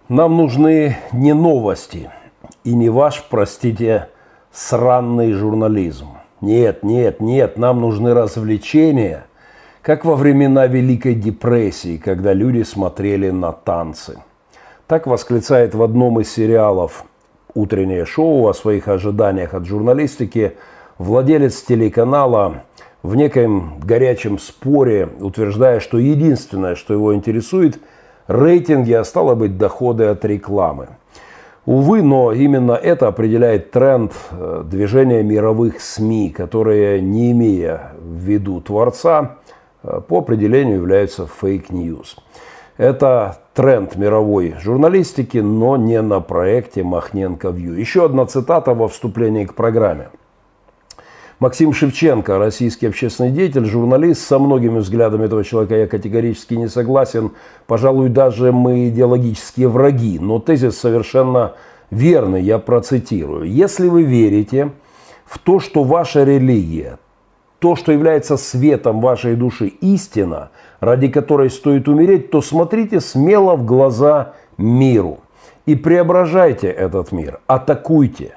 Нам нужны не новости и не ваш, простите, сраный журнализм. Нет, нет, нет, нам нужны развлечения, как во времена Великой депрессии, когда люди смотрели на танцы. Так восклицает в одном из сериалов «Утреннее шоу» о своих ожиданиях от журналистики владелец телеканала в некоем горячем споре, утверждая, что единственное, что его интересует – рейтинги, а стало быть, доходы от рекламы. Увы, но именно это определяет тренд движения мировых СМИ, которые, не имея в виду Творца, по определению являются фейк-ньюс. Это тренд мировой журналистики, но не на проекте Махненко View. Еще одна цитата во вступлении к программе. Максим Шевченко, российский общественный деятель, журналист. Со многими взглядами этого человека я категорически не согласен. Пожалуй, даже мы идеологические враги. Но тезис совершенно верный, я процитирую. Если вы верите в то, что ваша религия, то, что является светом вашей души, истина, ради которой стоит умереть, то смотрите смело в глаза миру и преображайте этот мир, атакуйте.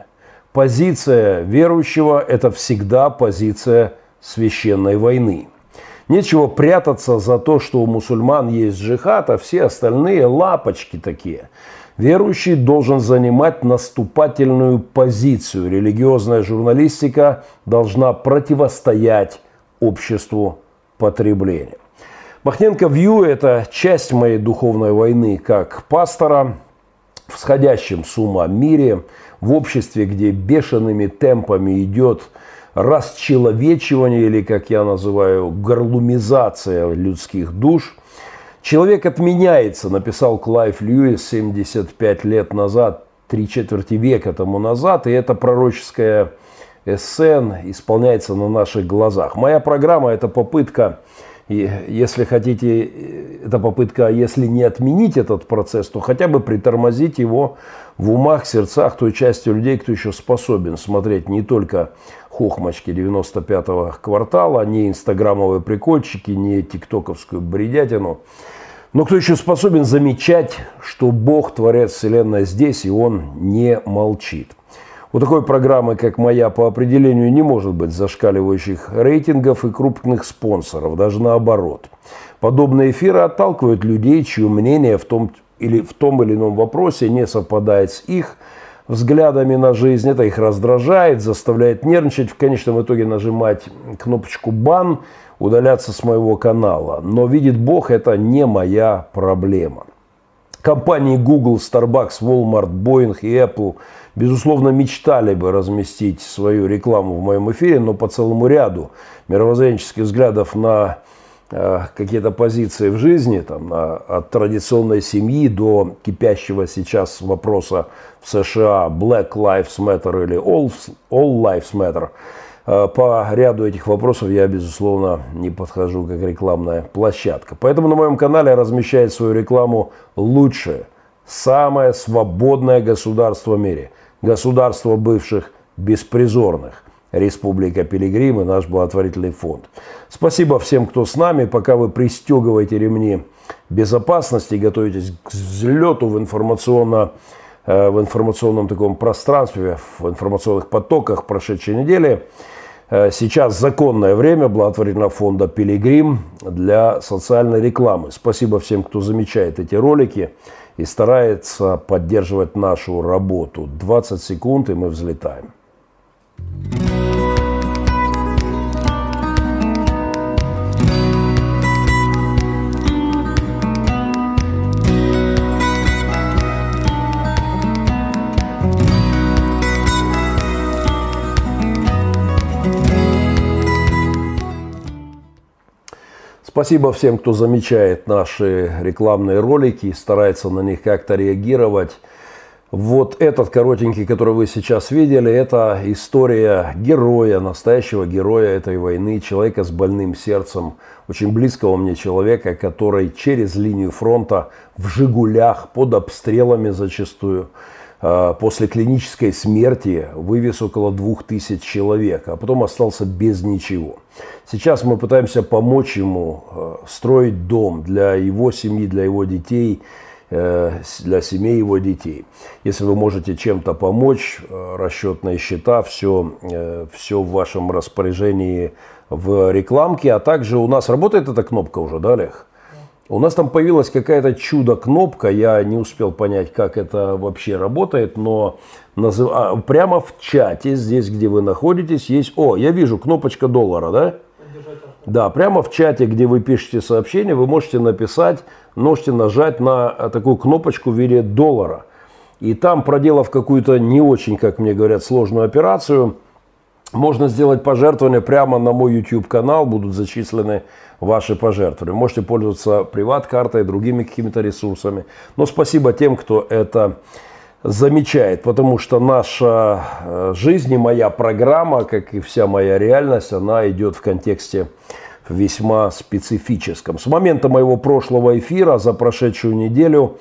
Позиция верующего – это всегда позиция священной войны. Нечего прятаться за то, что у мусульман есть джихад, а все остальные лапочки такие. Верующий должен занимать наступательную позицию. Религиозная журналистика должна противостоять обществу потребления. Махненко View – это часть моей духовной войны как пастора в сходящем с ума мире, в обществе, где бешеными темпами идет расчеловечивание, или, как я называю, горлумизация людских душ. Человек отменяется, написал Клайв Льюис 75 лет назад, 3/4 века тому назад, и это пророческое эссе исполняется на наших глазах. Моя программа – это попытка, если хотите, это попытка, если не отменить этот процесс, то хотя бы притормозить его в умах, сердцах той части людей, кто еще способен смотреть не только хохмочки 95-го квартала, не инстаграмовые прикольчики, не тиктоковскую бредятину, но кто еще способен замечать, что Бог, Творец Вселенной, здесь, и Он не молчит. У такой программы, как моя, по определению не может быть зашкаливающих рейтингов и крупных спонсоров, даже наоборот. Подобные эфиры отталкивают людей, чье мнение в том или ином вопросе не совпадает с их взглядами на жизнь. Это их раздражает, заставляет нервничать, в конечном итоге нажимать кнопочку «бан», удаляться с моего канала. Но видит Бог, это не моя проблема. Компании Google, Starbucks, Walmart, Boeing и Apple, безусловно, мечтали бы разместить свою рекламу в моем эфире, но по целому ряду мировоззренческих взглядов на какие-то позиции в жизни, там, от традиционной семьи до кипящего сейчас вопроса в США Black Lives Matter или All Lives Matter, по ряду этих вопросов я, безусловно, не подхожу как рекламная площадка. Поэтому на моем канале размещает свою рекламу лучшее, самое свободное государство в мире. Государство бывших беспризорных. Республика Пилигрим и наш благотворительный фонд. Спасибо всем, кто с нами. Пока вы пристегиваете ремни безопасности, готовитесь к взлету в информационном таком пространстве, в информационных потоках прошедшей недели. Сейчас законное время благотворительного фонда «Пилигрим» для социальной рекламы. Спасибо всем, кто замечает эти ролики и старается поддерживать нашу работу. 20 секунд, и мы взлетаем. Спасибо всем, кто замечает наши рекламные ролики и старается на них как-то реагировать. Вот этот коротенький, который вы сейчас видели, это история героя, настоящего героя этой войны, человека с больным сердцем, очень близкого мне человека, который через линию фронта в «Жигулях» под обстрелами зачастую, после клинической смерти вывез около 2000 человек, а потом остался без ничего. Сейчас мы пытаемся помочь ему строить дом для его семьи, для его детей. для семей его детей. Если вы можете чем-то помочь, расчетные счета, все в вашем распоряжении в рекламке. А также у нас работает эта кнопка уже, да, Олег? У нас там появилась какая-то чудо-кнопка, я не успел понять, как это вообще работает, но прямо в чате, здесь, где вы находитесь, есть, я вижу, кнопочка $1, да? Да, прямо в чате, где вы пишете сообщение, вы можете написать, можете нажать на такую кнопочку в виде $. И там, проделав какую-то не очень, как мне говорят, сложную операцию, можно сделать пожертвование прямо на мой YouTube-канал, будут зачислены ваши пожертвования. Можете пользоваться приват-картой, другими какими-то ресурсами. Но спасибо тем, кто это замечает, потому что наша жизнь и моя программа, как и вся моя реальность, она идет в контексте весьма специфическом. С момента моего прошлого эфира за прошедшую неделю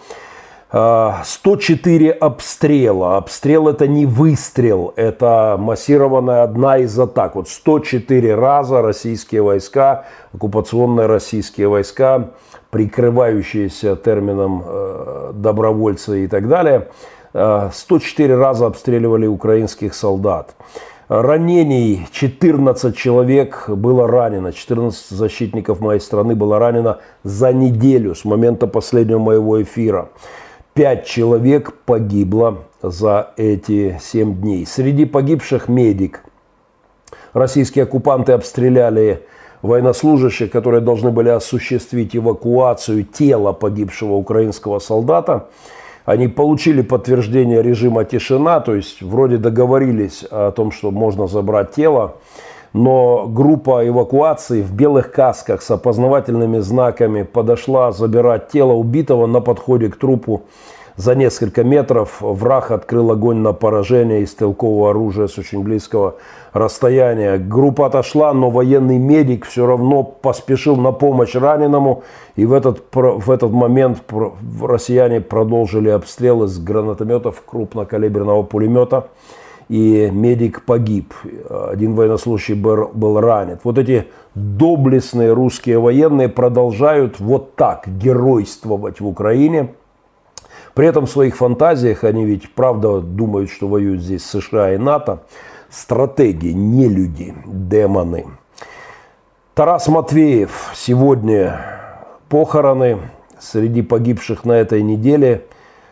104 обстрела. Обстрел — это не выстрел, это массированная одна из атак. Вот 104 раза российские войска, оккупационные российские войска, прикрывающиеся термином добровольцы и так далее, 104 раза обстреливали украинских солдат. Ранений 14 человек было ранено, 14 защитников моей страны было ранено за неделю с момента последнего моего эфира. 5 человек погибло за эти 7 дней. Среди погибших медик. Российские оккупанты обстреляли военнослужащих, которые должны были осуществить эвакуацию тела погибшего украинского солдата. Они получили подтверждение режима тишина, то есть вроде договорились о том, что можно забрать тело, но группа эвакуации в белых касках с опознавательными знаками подошла забирать тело убитого. На подходе к трупу за несколько метров враг открыл огонь на поражение из стрелкового оружия с очень близкого расстояния. Группа отошла, но военный медик все равно поспешил на помощь раненому. И в этот момент россияне продолжили обстрелы с гранатометов, крупнокалиберного пулемета. И медик погиб. Один военнослужащий был ранен. Вот эти доблестные русские военные продолжают вот так геройствовать в Украине. При этом в своих фантазиях они ведь правда думают, что воюют здесь США и НАТО. Стратеги, не люди, демоны. Тарас Матвеев. Сегодня похороны. Среди погибших на этой неделе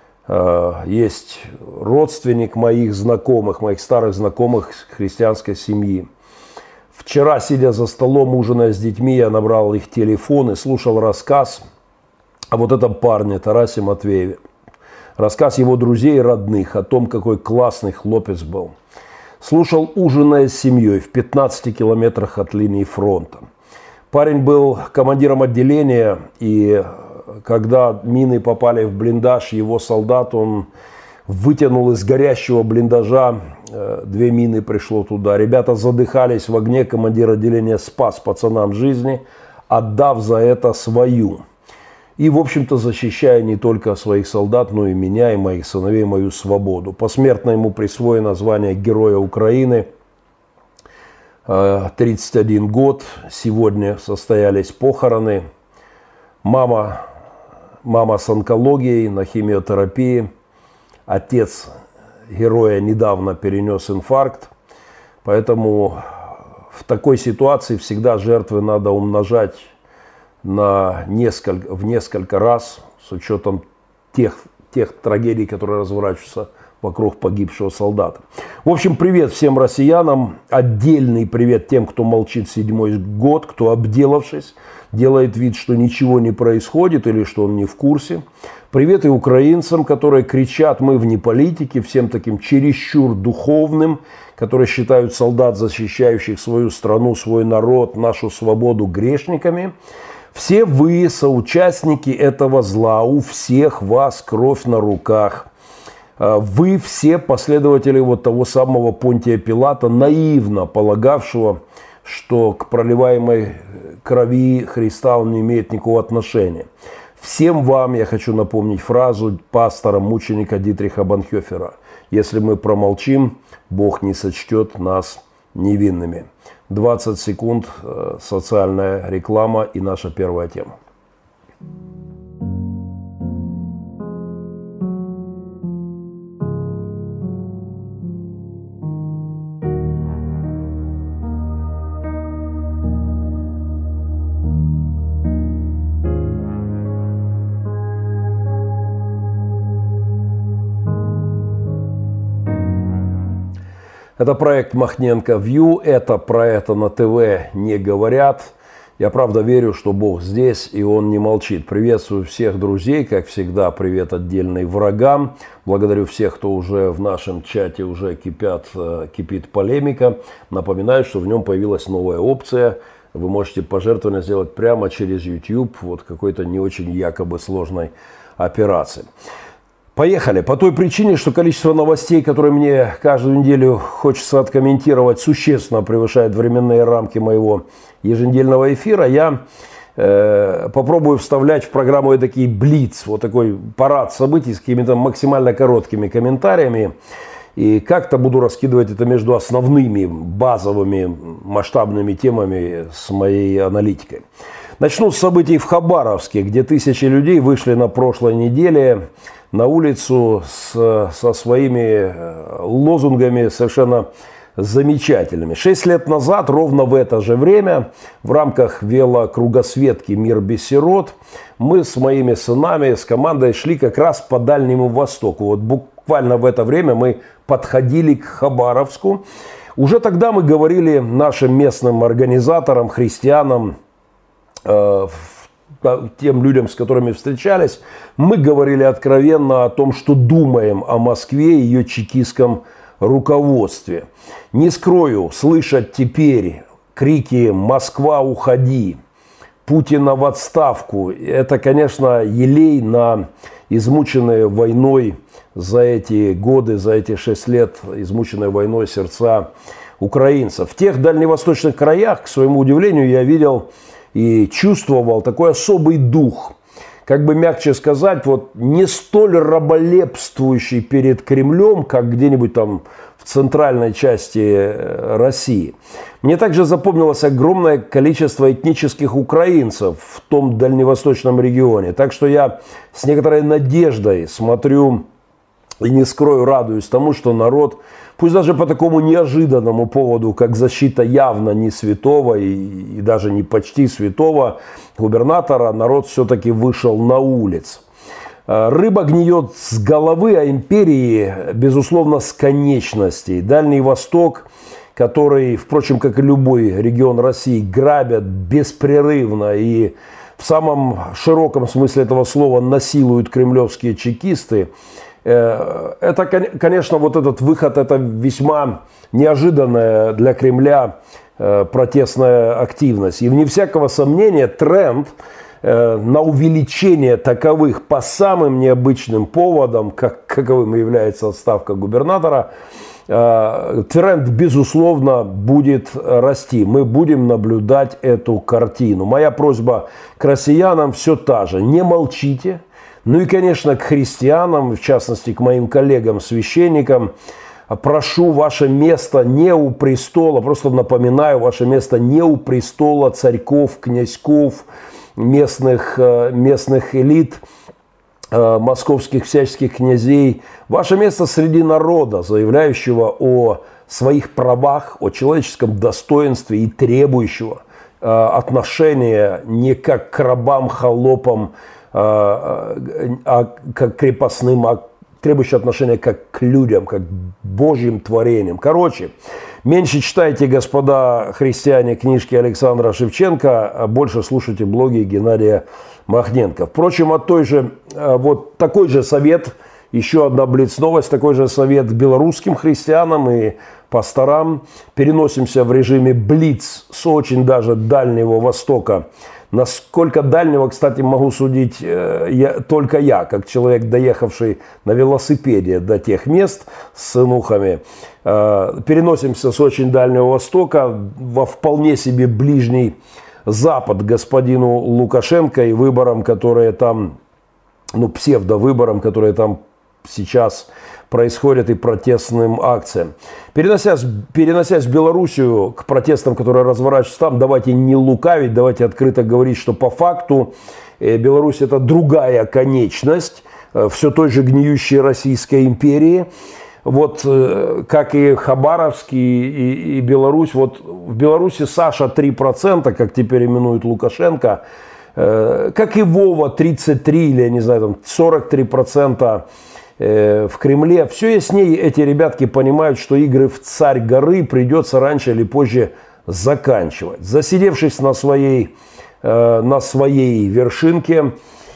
есть родственник моих знакомых, моих старых знакомых христианской семьи. Вчера, сидя за столом, ужиная с детьми, я набрал их телефон и слушал рассказ о вот этом парне Тарасе Матвееве. Рассказ его друзей и родных о том, какой классный хлопец был. Слушал, ужиная с семьей в 15 километрах от линии фронта. Парень был командиром отделения, и когда мины попали в блиндаж, его солдат, он вытянул из горящего блиндажа, 2 мины пришло туда. Ребята задыхались в огне, командир отделения спас пацанам жизни, отдав за это свою. И, в общем-то, защищая не только своих солдат, но и меня, и моих сыновей, мою свободу. Посмертно ему присвоено звание Героя Украины. 31 год. Сегодня состоялись похороны. Мама с онкологией, на химиотерапии. Отец героя недавно перенес инфаркт. Поэтому в такой ситуации всегда жертвы надо умножать в несколько раз, с учетом тех трагедий, которые разворачиваются вокруг погибшего солдата. В общем, привет всем россиянам. Отдельный привет тем, кто молчит 7-й год, кто, обделавшись, делает вид, что ничего не происходит или что он не в курсе. Привет и украинцам, которые кричат: мы вне политики, всем таким чересчур духовным, которые считают солдат, защищающих свою страну, свой народ, нашу свободу, грешниками. Все вы соучастники этого зла, у всех вас кровь на руках. Вы все последователи вот того самого Понтия Пилата, наивно полагавшего, что к проливаемой крови Христа он не имеет никакого отношения. Всем вам я хочу напомнить фразу пастора-мученика Дитриха Бонхёфера: если мы промолчим, Бог не сочтет нас невинными. 20 секунд, социальная реклама и наша первая тема. Это проект Махненко View, это про это на ТВ не говорят. Я правда верю, что Бог здесь, и Он не молчит. Приветствую всех друзей, как всегда, привет отдельный врагам. Благодарю всех, кто уже в нашем чате уже кипит полемика. Напоминаю, что в нем появилась новая опция. Вы можете пожертвование сделать прямо через YouTube, вот какой-то не очень якобы сложной операции. Поехали. По той причине, что количество новостей, которые мне каждую неделю хочется откомментировать, существенно превышает временные рамки моего еженедельного эфира, я попробую вставлять в программу такие блиц, вот такой парад событий с какими-то максимально короткими комментариями. И как-то буду раскидывать это между основными, базовыми, масштабными темами с моей аналитикой. Начну с событий в Хабаровске, где тысячи людей вышли на прошлой неделе на улицу со своими лозунгами совершенно замечательными. 6 лет назад, ровно в это же время, в рамках велокругосветки «Мир без сирот», мы с моими сынами, с командой шли как раз по Дальнему Востоку. Вот буквально в это время мы подходили к Хабаровску. Уже тогда мы говорили нашим местным организаторам, христианам, тем людям, с которыми встречались, мы говорили откровенно о том, что думаем о Москве и ее чекистском руководстве. Не скрою, слышать теперь крики «Москва, уходи!», «Путина в отставку» – это, конечно, елей на измученные войной за эти годы, за эти 6 лет, измученные войной сердца украинцев. В тех дальневосточных краях, к своему удивлению, я видел и чувствовал такой особый дух, как бы мягче сказать, вот не столь раболепствующий перед Кремлем, как где-нибудь там в центральной части России. Мне также запомнилось огромное количество этнических украинцев в том дальневосточном регионе. Так что я с некоторой надеждой смотрю и, не скрою, радуюсь тому, что народ, пусть даже по такому неожиданному поводу, как защита явно не святого и даже не почти святого губернатора, народ все-таки вышел на улицы. Рыба гниет с головы, а империи, безусловно, с конечностей. Дальний Восток, который, впрочем, как и любой регион России, грабят беспрерывно и в самом широком смысле этого слова насилуют кремлевские чекисты. Это, конечно, вот этот выход, это весьма неожиданная для Кремля протестная активность. И вне всякого сомнения тренд на увеличение таковых по самым необычным поводам, каковым является отставка губернатора, тренд, безусловно, будет расти. Мы будем наблюдать эту картину. Моя просьба к россиянам все та же. Не молчите. Ну и, конечно, к христианам, в частности, к моим коллегам-священникам, прошу, ваше место не у престола, просто напоминаю, ваше место не у престола царьков, князьков, местных элит, московских всяческих князей. Ваше место среди народа, заявляющего о своих правах, о человеческом достоинстве и требующего отношения не как к рабам, холопам, а как крепостным, а требующие отношения как к людям, как к Божьим творениям. Короче, меньше читайте, господа христиане, книжки Александра Шевченко, а больше слушайте блоги Геннадия Махненко. Впрочем, вот такой же совет, еще одна блиц-новость, такой же совет белорусским христианам и пасторам. Переносимся в режиме блиц с очень даже Дальнего Востока. Насколько дальнего, кстати, могу судить только я, как человек, доехавший на велосипеде до тех мест с сынухами. Переносимся с очень Дальнего Востока во вполне себе ближний Запад господину Лукашенко и выборам, которые там, псевдовыборам, которые там сейчас происходят, и протестным акциям. Переносясь в Белоруссию к протестам, которые разворачиваются там, давайте не лукавить, давайте открыто говорить, что по факту Беларусь – это другая конечность все той же гниющей Российской империи. Вот как и Хабаровск и Беларусь. Вот в Беларуси Саша 3%, как теперь именует Лукашенко, как и Вова 33 или, я не знаю, там 43%. в Кремле. Все яснее эти ребятки понимают, что игры в царь горы придется раньше или позже заканчивать. Засидевшись на своей вершинке,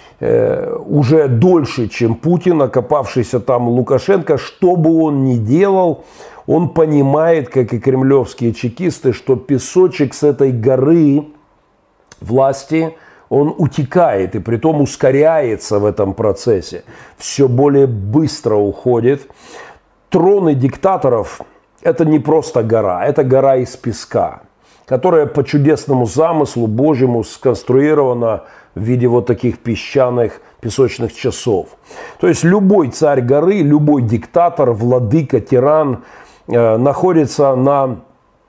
уже дольше, чем Путин, окопавшийся там Лукашенко, что бы он ни делал, он понимает, как и кремлевские чекисты, что песочек с этой горы власти, он утекает и притом ускоряется в этом процессе, все более быстро уходит. Троны диктаторов – это не просто гора, это гора из песка, которая по чудесному замыслу Божьему сконструирована в виде вот таких песчаных песочных часов. То есть любой царь горы, любой диктатор, владыка, тиран находится на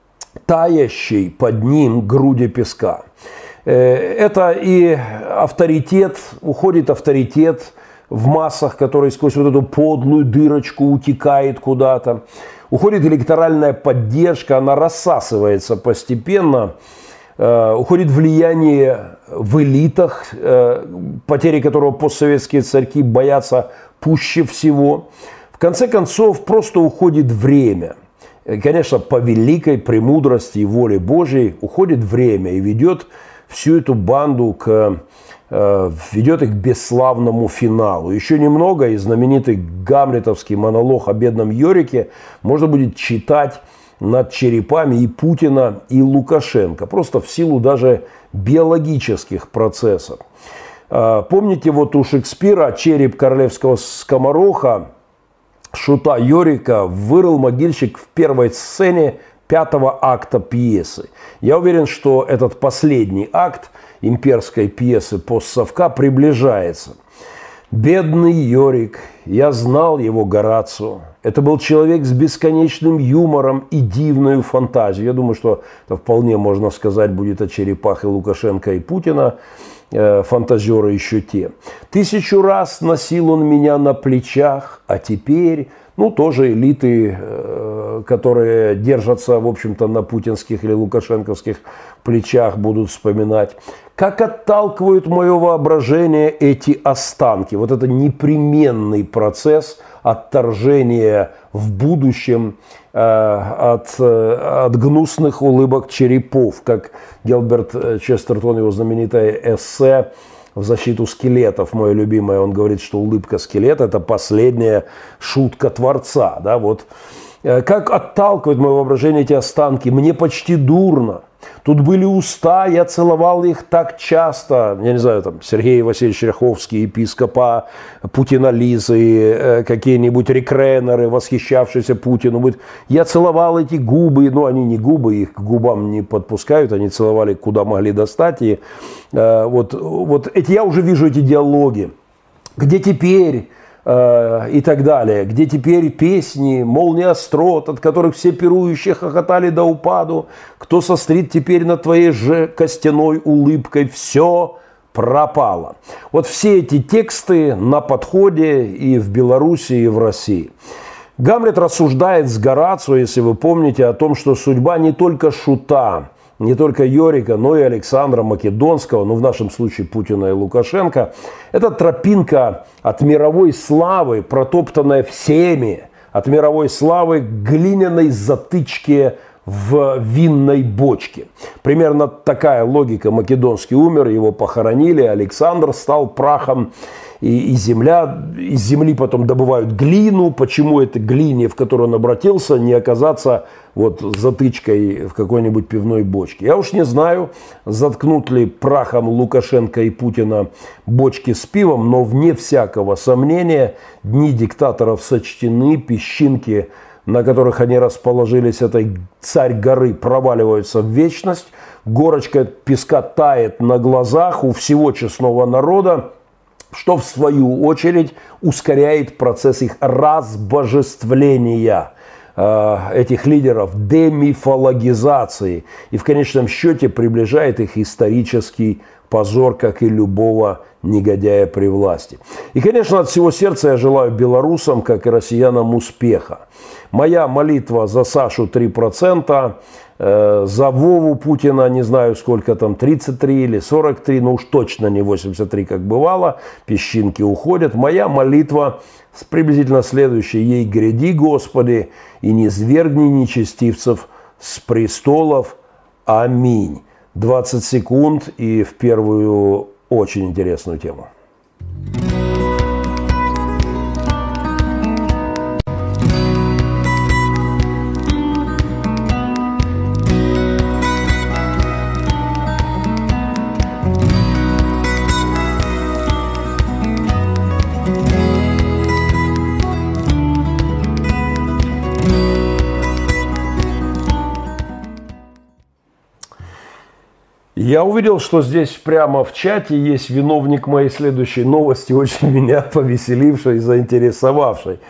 таящей под ним груди песка. Это и авторитет, уходит авторитет в массах, который сквозь вот эту подлую дырочку утекает куда-то. Уходит электоральная поддержка, она рассасывается постепенно. Уходит влияние в элитах, потери которого постсоветские царьки боятся пуще всего. В конце концов, просто уходит время. Конечно, по великой премудрости и воле Божьей уходит время и ведет всю эту банду ведет их к бесславному финалу. Еще немного, и знаменитый гамлетовский монолог о бедном Йорике можно будет читать над черепами и Путина, и Лукашенко. Просто в силу даже биологических процессов. Помните, вот у Шекспира череп королевского скомороха, шута Йорика, вырыл могильщик в первой сцене 5-го акта пьесы. Я уверен, что этот последний акт имперской пьесы «Постсовка» приближается. Бедный Йорик, я знал его Горацио. Это был человек с бесконечным юмором и дивной фантазией. Я думаю, что это вполне можно сказать будет о черепах и Лукашенко, и Путина. Фантазеры еще те. 1000 раз носил он меня на плечах, а теперь, тоже элиты, которые держатся, в общем-то, на путинских или лукашенковских плечах, будут вспоминать. Как отталкивают мое воображение эти останки. Вот это непременный процесс отторжения в будущем от гнусных улыбок черепов, как Гилберт Честертон, его знаменитое эссе в защиту скелетов, мое любимое, он говорит, что улыбка скелета – это последняя шутка Творца. Да, вот. Как отталкивает мое воображение эти останки, мне почти дурно. Тут были уста, я целовал их так часто. Я не знаю, там Сергей Васильевич Ряховский, епископа Путина Лизы, какие-нибудь рекренеры, восхищавшиеся Путину. Я целовал эти губы, они не губы, их к губам не подпускают, они целовали куда могли достать. И я уже вижу эти диалоги. Где теперь? И так далее. Где теперь песни, молния острот, от которых все пирующие хохотали до упаду. Кто сострит теперь над твоей же костяной улыбкой, все пропало. Вот все эти тексты на подходе и в Беларуси, и в России. Гамлет рассуждает с Горацио, если вы помните, о том, что судьба не только шута, не только Йорика, но и Александра Македонского, в нашем случае Путина и Лукашенко. Это тропинка от мировой славы, протоптанная всеми, от мировой славы к глиняной затычке в винной бочке. Примерно такая логика. Македонский умер, его похоронили, Александр стал прахом. И из земли потом добывают глину. Почему этой глине, в которую он обратился, не оказаться затычкой в какой-нибудь пивной бочке? Я уж не знаю, заткнут ли прахом Лукашенко и Путина бочки с пивом, но вне всякого сомнения дни диктаторов сочтены, песчинки, на которых они расположились, этой царь горы, проваливаются в вечность, горочка песка тает на глазах у всего честного народа, что в свою очередь ускоряет процесс их разбожествления, этих лидеров, демифологизации, и в конечном счете приближает их исторический позор, как и любого негодяя при власти. И, конечно, от всего сердца я желаю белорусам, как и россиянам, успеха. Моя молитва за Сашу 3%, за Вову Путина, не знаю сколько там, 33 или 43, но уж точно не 83, как бывало, песчинки уходят. Моя молитва приблизительно следующая: «Ей гряди, Господи, и не свергни нечестивцев с престолов. Аминь». 20 секунд и в первую очень интересную тему. Я увидел, что здесь прямо в чате есть виновник моей следующей новости, очень меня повеселившей и заинтересовавшей.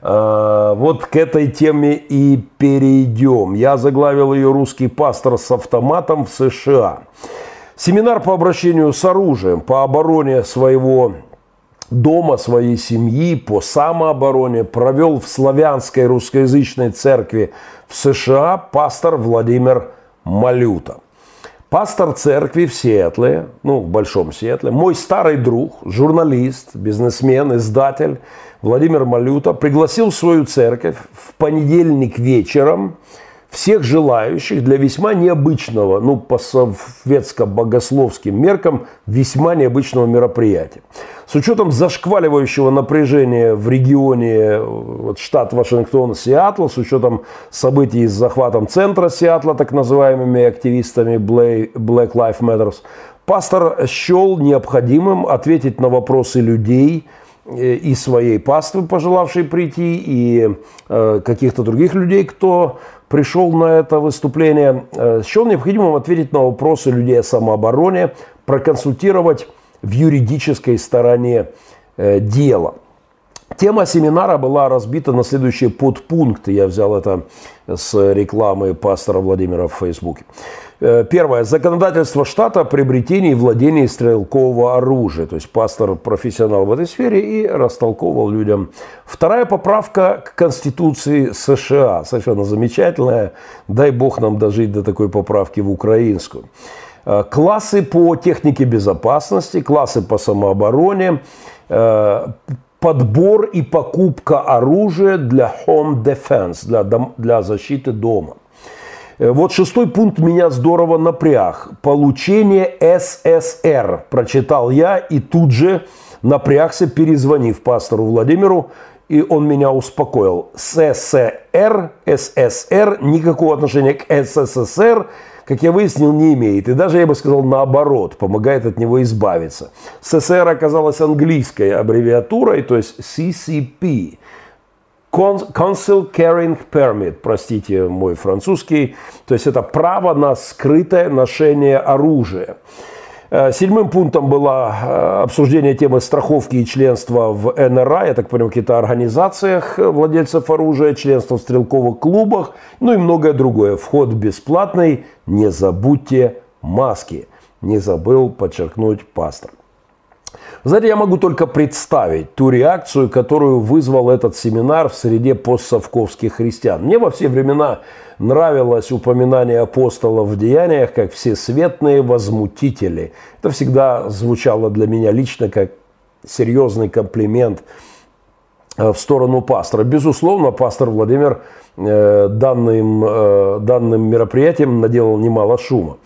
Вот к этой теме и перейдем. Я заглавил ее «Русский пастор с автоматом в США». Семинар по обращению с оружием, по обороне своего дома, своей семьи, по самообороне провел в славянской русскоязычной церкви в США пастор Владимир Малюта. Пастор церкви в Сиэтле, в Большом Сиэтле, мой старый друг, журналист, бизнесмен, издатель Владимир Малюта пригласил в свою церковь в понедельник вечером всех желающих для весьма необычного, по советско-богословским меркам, весьма необычного мероприятия. С учетом зашкваливающего напряжения в регионе штат Вашингтон, Сиэтл, с учетом событий с захватом центра Сиэтла так называемыми активистами Black Lives Matter, пастор счел необходимым ответить на вопросы людей и своей паствы, пожелавшей прийти, и каких-то других людей, кто пришел на это выступление, счел необходимым ответить на вопросы людей о самообороне, проконсультировать в юридической стороне дела. Тема семинара была разбита на следующие подпункты. Я взял это с рекламы пастора Владимира в Фейсбуке. Первое. Законодательство штата о приобретении и владении стрелкового оружия. То есть пастор профессионал в этой сфере и растолковывал людям. Вторая поправка к Конституции США. Совершенно замечательная. Дай Бог нам дожить до такой поправки в украинскую. Классы по технике безопасности, классы по самообороне, подбор и покупка оружия для home defense, для защиты дома. Вот шестой пункт меня здорово напряг. Получение СССР. Прочитал я и тут же напрягся, перезвонив пастору Владимиру, и он меня успокоил. СССР никакого отношения к СССР, как я выяснил, не имеет. И даже, я бы сказал, наоборот, помогает от него избавиться. СССР оказалась английской аббревиатурой, то есть CCP. Concealed Carrying Permit, простите мой французский. То есть это право на скрытое ношение оружия. Седьмым пунктом было обсуждение темы страховки и членства в НРА, я так понимаю, в каких-то организациях владельцев оружия, членство в стрелковых клубах, и многое другое. Вход бесплатный, не забудьте маски. Не забыл подчеркнуть пастор. Знаете, я могу только представить ту реакцию, которую вызвал этот семинар в среде постсовковских христиан. Мне во все времена нравилось упоминание апостолов в деяниях как всесветные возмутители. Это всегда звучало для меня лично как серьезный комплимент в сторону пастора. Безусловно, пастор Владимир данным мероприятием наделал немало шума.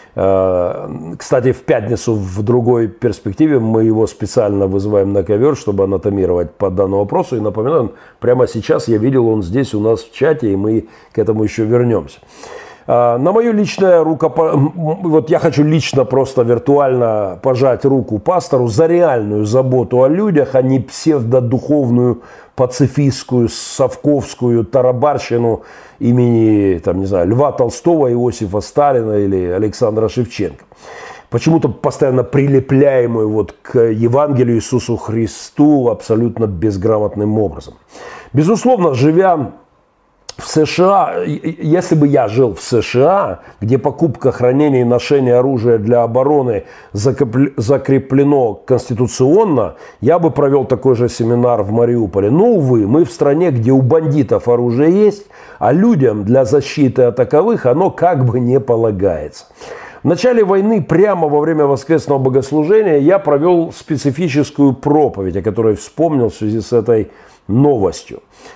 Кстати, в пятницу в другой перспективе мы его специально вызываем на ковер, чтобы анатомировать по данному вопросу. И напоминаю, прямо сейчас я видел, он здесь у нас в чате, и мы к этому еще вернемся. На мою личное вот я хочу лично просто виртуально пожать руку пастору за реальную заботу о людях, а не псевдодуховную, пацифистскую, совковскую тарабарщину имени, Льва Толстого, Иосифа Сталина или Александра Шевченко. Почему-то постоянно прилепляемую к Евангелию Иисусу Христу абсолютно безграмотным образом. Безусловно, живя в США, если бы я жил в США, где покупка, хранение и ношение оружия для обороны закреплено конституционно, я бы провел такой же семинар в Мариуполе. Но, увы, мы в стране, где у бандитов оружие есть, а людям для защиты от таковых оно как бы не полагается. В начале войны, прямо во время воскресного богослужения, я провел специфическую проповедь, о которой вспомнил в связи с этой новостью.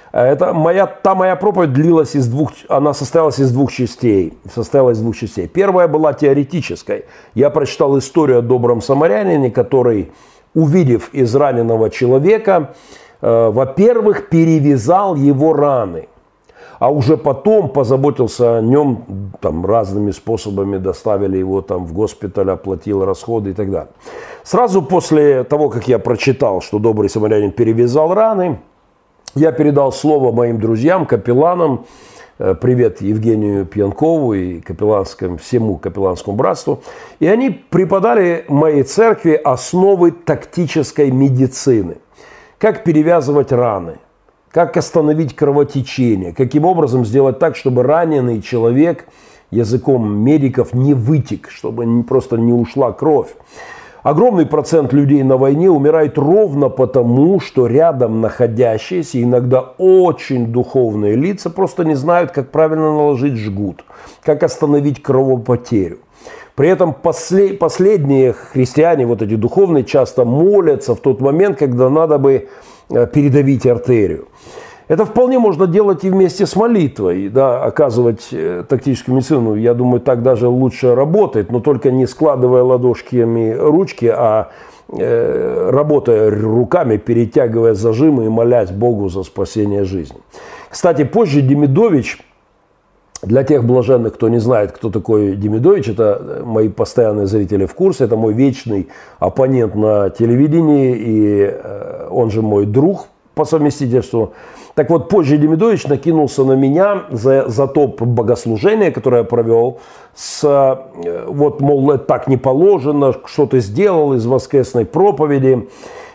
Та моя проповедь она состоялась из двух частей. Первая была теоретической. Я прочитал историю о добром самарянине, который, увидев израненного человека, во-первых, перевязал его раны, а уже потом позаботился о нем, там, разными способами доставили его там, в госпиталь, оплатил расходы и так далее. Сразу после того, как я прочитал, что добрый самарянин перевязал раны, я передал слово моим друзьям, капелланам, привет Евгению Пьянкову и всему капелланскому братству. И они преподали моей церкви основы тактической медицины. Как перевязывать раны, как остановить кровотечение, каким образом сделать так, чтобы раненый человек языком медиков не вытек, чтобы просто не ушла кровь. Огромный процент людей на войне умирает ровно потому, что рядом находящиеся, иногда очень духовные лица, просто не знают, как правильно наложить жгут, как остановить кровопотерю. При этом последние христиане, вот эти духовные, часто молятся в тот момент, когда надо бы передавить артерию. Это вполне можно делать и вместе с молитвой, да, оказывать тактическую медицину. Я думаю, так даже лучше работает, но только не складывая ладошками ручки, а работая руками, перетягивая зажимы и молясь Богу за спасение жизни. Кстати, позже Демидович, для тех блаженных, кто не знает, кто такой Демидович, это мои постоянные зрители в курсе, это мой вечный оппонент на телевидении, и он же мой друг по совместительству. Так вот, позже Демидович накинулся на меня за то богослужение, которое я провел, вот, мол, так не положено, что ты сделал из воскресной проповеди,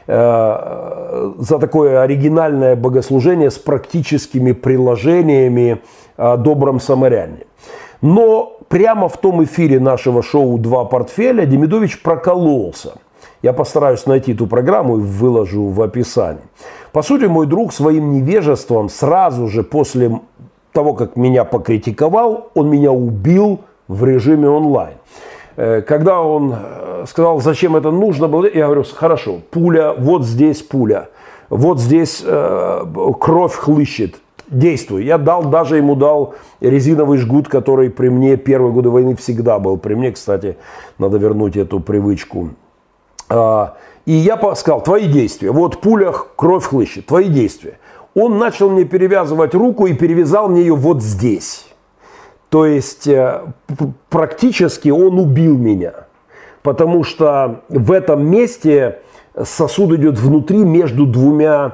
за такое оригинальное богослужение с практическими приложениями о добром самарянине. Но прямо в том эфире нашего шоу «Два портфеля» Демидович прокололся. Я постараюсь найти эту программу и выложу в описании. По сути, мой друг своим невежеством сразу же после того, как меня покритиковал, он меня убил в режиме онлайн. Когда он сказал, зачем это нужно было, я говорю, хорошо, пуля, вот здесь пуля, вот здесь кровь хлыщет, действуй. Я даже ему дал резиновый жгут, который при мне первые годы войны всегда был. При мне, кстати, надо вернуть эту привычку. И я сказал, твои действия, вот пуля, кровь хлыщет, твои действия. Он начал мне перевязывать руку и перевязал мне ее вот здесь. То есть практически он убил меня, потому что в этом месте сосуд идет внутри между двумя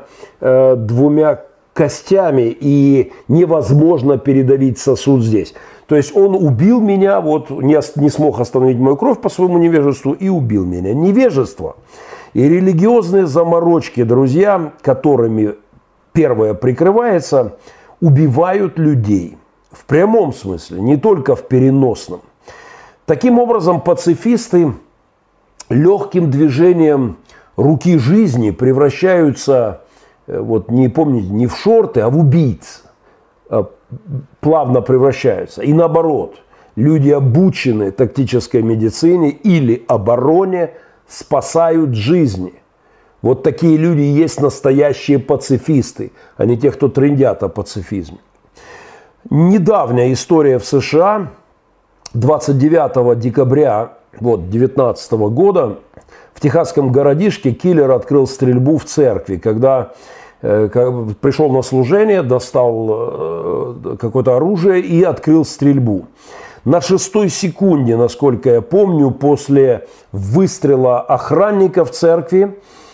костями, и невозможно передавить сосуд здесь. То есть он убил меня, вот не смог остановить мою кровь по своему невежеству и убил меня. Невежество и религиозные заморочки, друзья, которыми первое прикрывается, убивают людей. В прямом смысле, не только в переносном. Таким образом, пацифисты легким движением руки жизни превращаются, вот не помните, не в шорты, а в убийц. Плавно превращаются. И наоборот, люди, обученные тактической медицине или обороне, спасают жизни. Вот такие люди и есть настоящие пацифисты, а не те, кто трындят о пацифизме. Недавняя история в США. 29 декабря 2019 года в техасском городишке киллер открыл стрельбу в церкви, когда пришел на служение, достал какое-то оружие и открыл стрельбу. На 6-й секунде, насколько я помню, после выстрела охранника в церкви,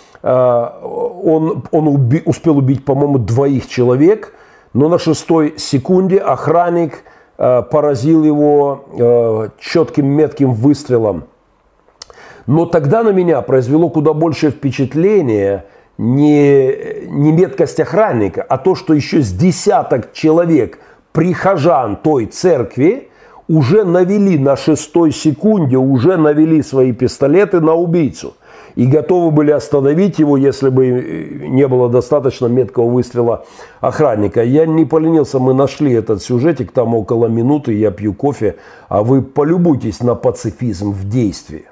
он успел убить, по-моему, 2 человек, но на 6-й секунде охранник поразил его четким метким выстрелом. Но тогда на меня произвело куда большее впечатление не меткость охранника, а то, что еще с десяток человек, прихожан той церкви, уже навели на 6-й секунде, уже навели свои пистолеты на убийцу. И готовы были остановить его, если бы не было достаточно меткого выстрела охранника. Я не поленился, мы нашли этот сюжетик, там около минуты, я пью кофе, а вы полюбуйтесь на пацифизм в действии.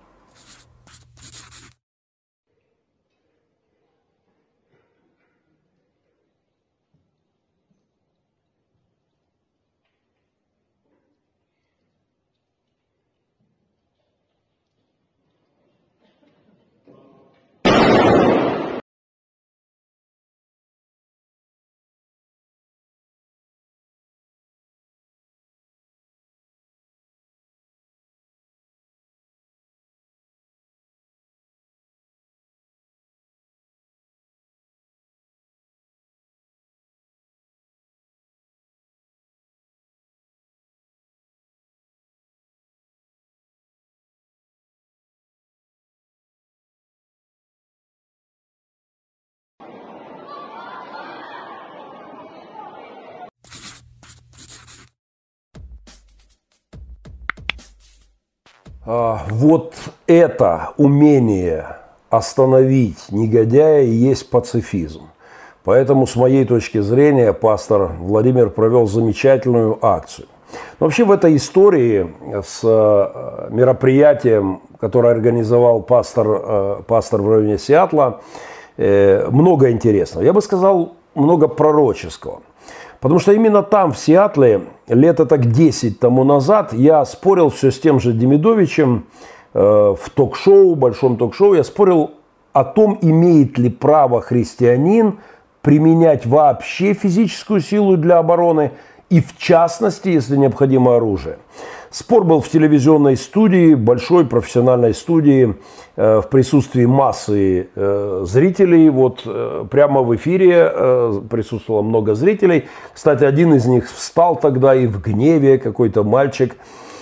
Вот это умение остановить негодяя и есть пацифизм. Поэтому, с моей точки зрения, пастор Владимир провел замечательную акцию. Но вообще в этой истории с мероприятием, которое организовал пастор в районе Сиэтла, много интересного. Я бы сказал, много пророческого. Потому что именно там, в Сиэтле, лет так 10 тому назад, я спорил все с тем же Демидовичем в ток-шоу, большом ток-шоу. Я спорил о том, имеет ли право христианин применять вообще физическую силу для обороны и, в частности, если необходимо, оружие. Спор был в телевизионной студии, большой профессиональной студии, в присутствии массы зрителей. Вот прямо в эфире присутствовало много зрителей. Кстати, один из них встал тогда и в гневе, какой-то мальчик,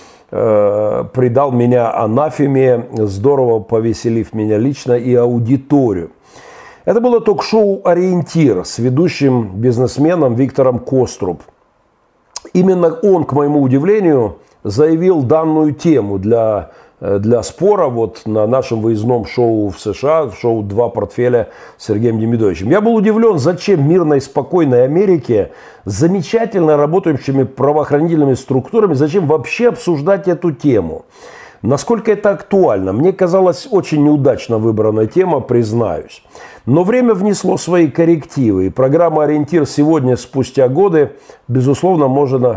предал меня анафеме, здорово повеселив меня лично и аудиторию. Это было ток-шоу «Ориентир» с ведущим бизнесменом Виктором Коструб. Именно он, к моему удивлению, заявил данную тему для спора вот на нашем выездном шоу в США, шоу «Два портфеля» с Сергеем Демидовичем. Я был удивлен, зачем мирной, спокойной Америке с замечательно работающими правоохранительными структурами, зачем вообще обсуждать эту тему. Насколько это актуально? Мне казалось, очень неудачно выбранная тема, признаюсь. Но время внесло свои коррективы. И программа «Ориентир» сегодня, спустя годы, безусловно,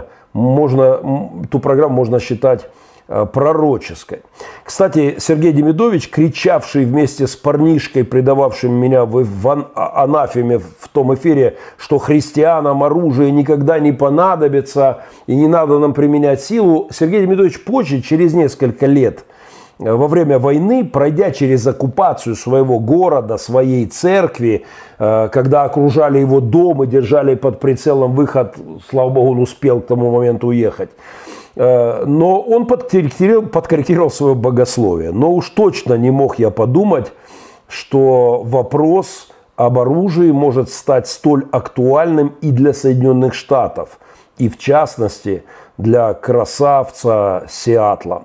ту программу можно считать пророческой. Кстати, Сергей Демидович, кричавший вместе с парнишкой, предававшим меня в анафеме в том эфире, что христианам оружие никогда не понадобится и не надо нам применять силу, Сергей Демидович позже, через несколько лет, во время войны, пройдя через оккупацию своего города, своей церкви, когда окружали его дом и держали под прицелом выход, слава богу, он успел к тому моменту уехать, но он подкорректировал свое богословие. Но уж точно не мог я подумать, что вопрос об оружии может стать столь актуальным и для Соединенных Штатов, и в частности для красавца Сиэтла.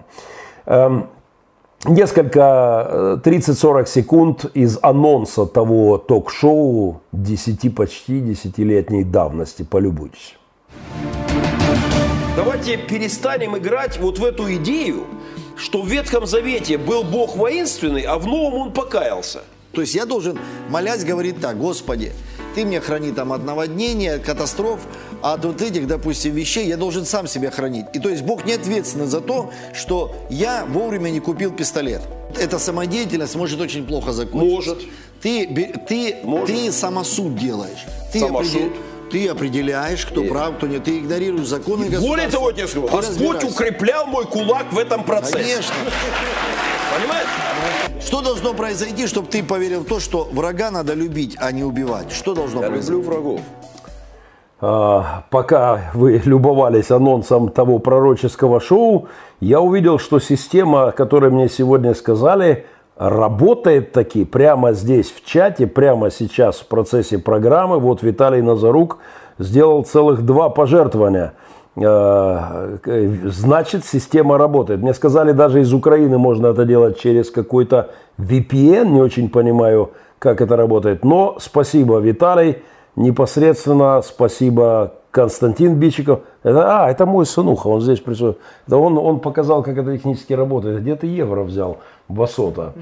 Несколько 30-40 секунд из анонса того ток-шоу почти 10-летней давности. Полюбуйтесь. Давайте перестанем играть вот в эту идею, что в Ветхом Завете был Бог воинственный, а в Новом он покаялся. То есть я должен, молясь, говорить так: Господи, Ты меня храни там от наводнения, от катастроф, а от вот этих, допустим, вещей я должен сам себя хранить. И то есть Бог не ответственен за то, что я вовремя не купил пистолет. Эта самодеятельность может очень плохо закончиться. Может. Ты самосуд делаешь. Ты определяешь, кто прав, кто нет. Ты игнорируешь законы государства. Более того, я скажу, Господь укреплял мой кулак в этом процессе. Конечно. Понимаешь? Что должно произойти, чтобы ты поверил в то, что врага надо любить, а не убивать? Что должно произойти? Я люблю врагов. Пока вы любовались анонсом того пророческого шоу, я увидел, что система, о которой мне сегодня сказали, работает таки прямо здесь в чате, прямо сейчас в процессе программы. Вот Виталий Назарук сделал целых 2 пожертвования. Значит, система работает. Мне сказали, даже из Украины можно это делать через какой-то VPN. Не очень понимаю, как это работает. Но спасибо, Виталий. Непосредственно спасибо, Константин Бичиков. Это мой сынуха, он здесь присутствует. Это он показал, как это технически работает. Где ты евро взял, басота?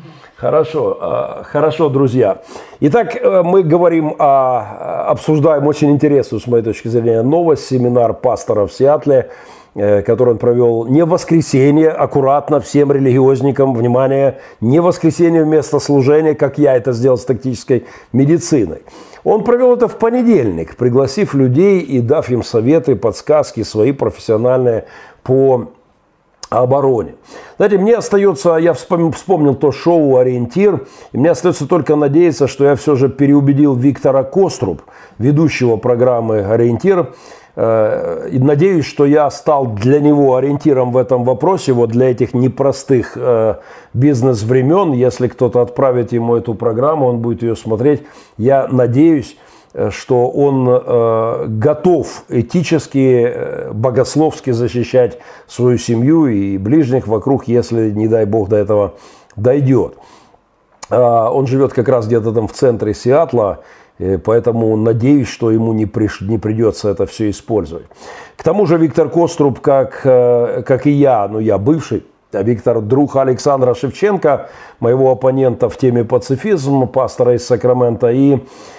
Хорошо, друзья. Итак, мы говорим обсуждаем очень интересную, с моей точки зрения, новость. Семинар пастора в Сиэтле, который он провел не в воскресенье, аккуратно всем религиозникам, внимание, не в воскресенье вместо служения, как я это сделал с тактической медициной. Он провел это в понедельник, пригласив людей и дав им советы, подсказки свои профессиональные по обороне. Знаете, мне остается, я вспомнил то шоу «Ориентир», и мне остается только надеяться, что я все же переубедил Виктора Коструб, ведущего программы «Ориентир». И надеюсь, что я стал для него ориентиром в этом вопросе, вот для этих непростых бизнес-времен. Если кто-то отправит ему эту программу, он будет ее смотреть. Я надеюсь, что он готов этически, богословски защищать свою семью и ближних вокруг, если, не дай бог, до этого дойдет. Он живет как раз где-то там в центре Сиэтла. Поэтому надеюсь, что ему не придется это все использовать. К тому же Виктор Коструб, как и я, но я бывший, а Виктор друг Александра Шевченко, моего оппонента в теме пацифизма, пастора из Сакрамента. И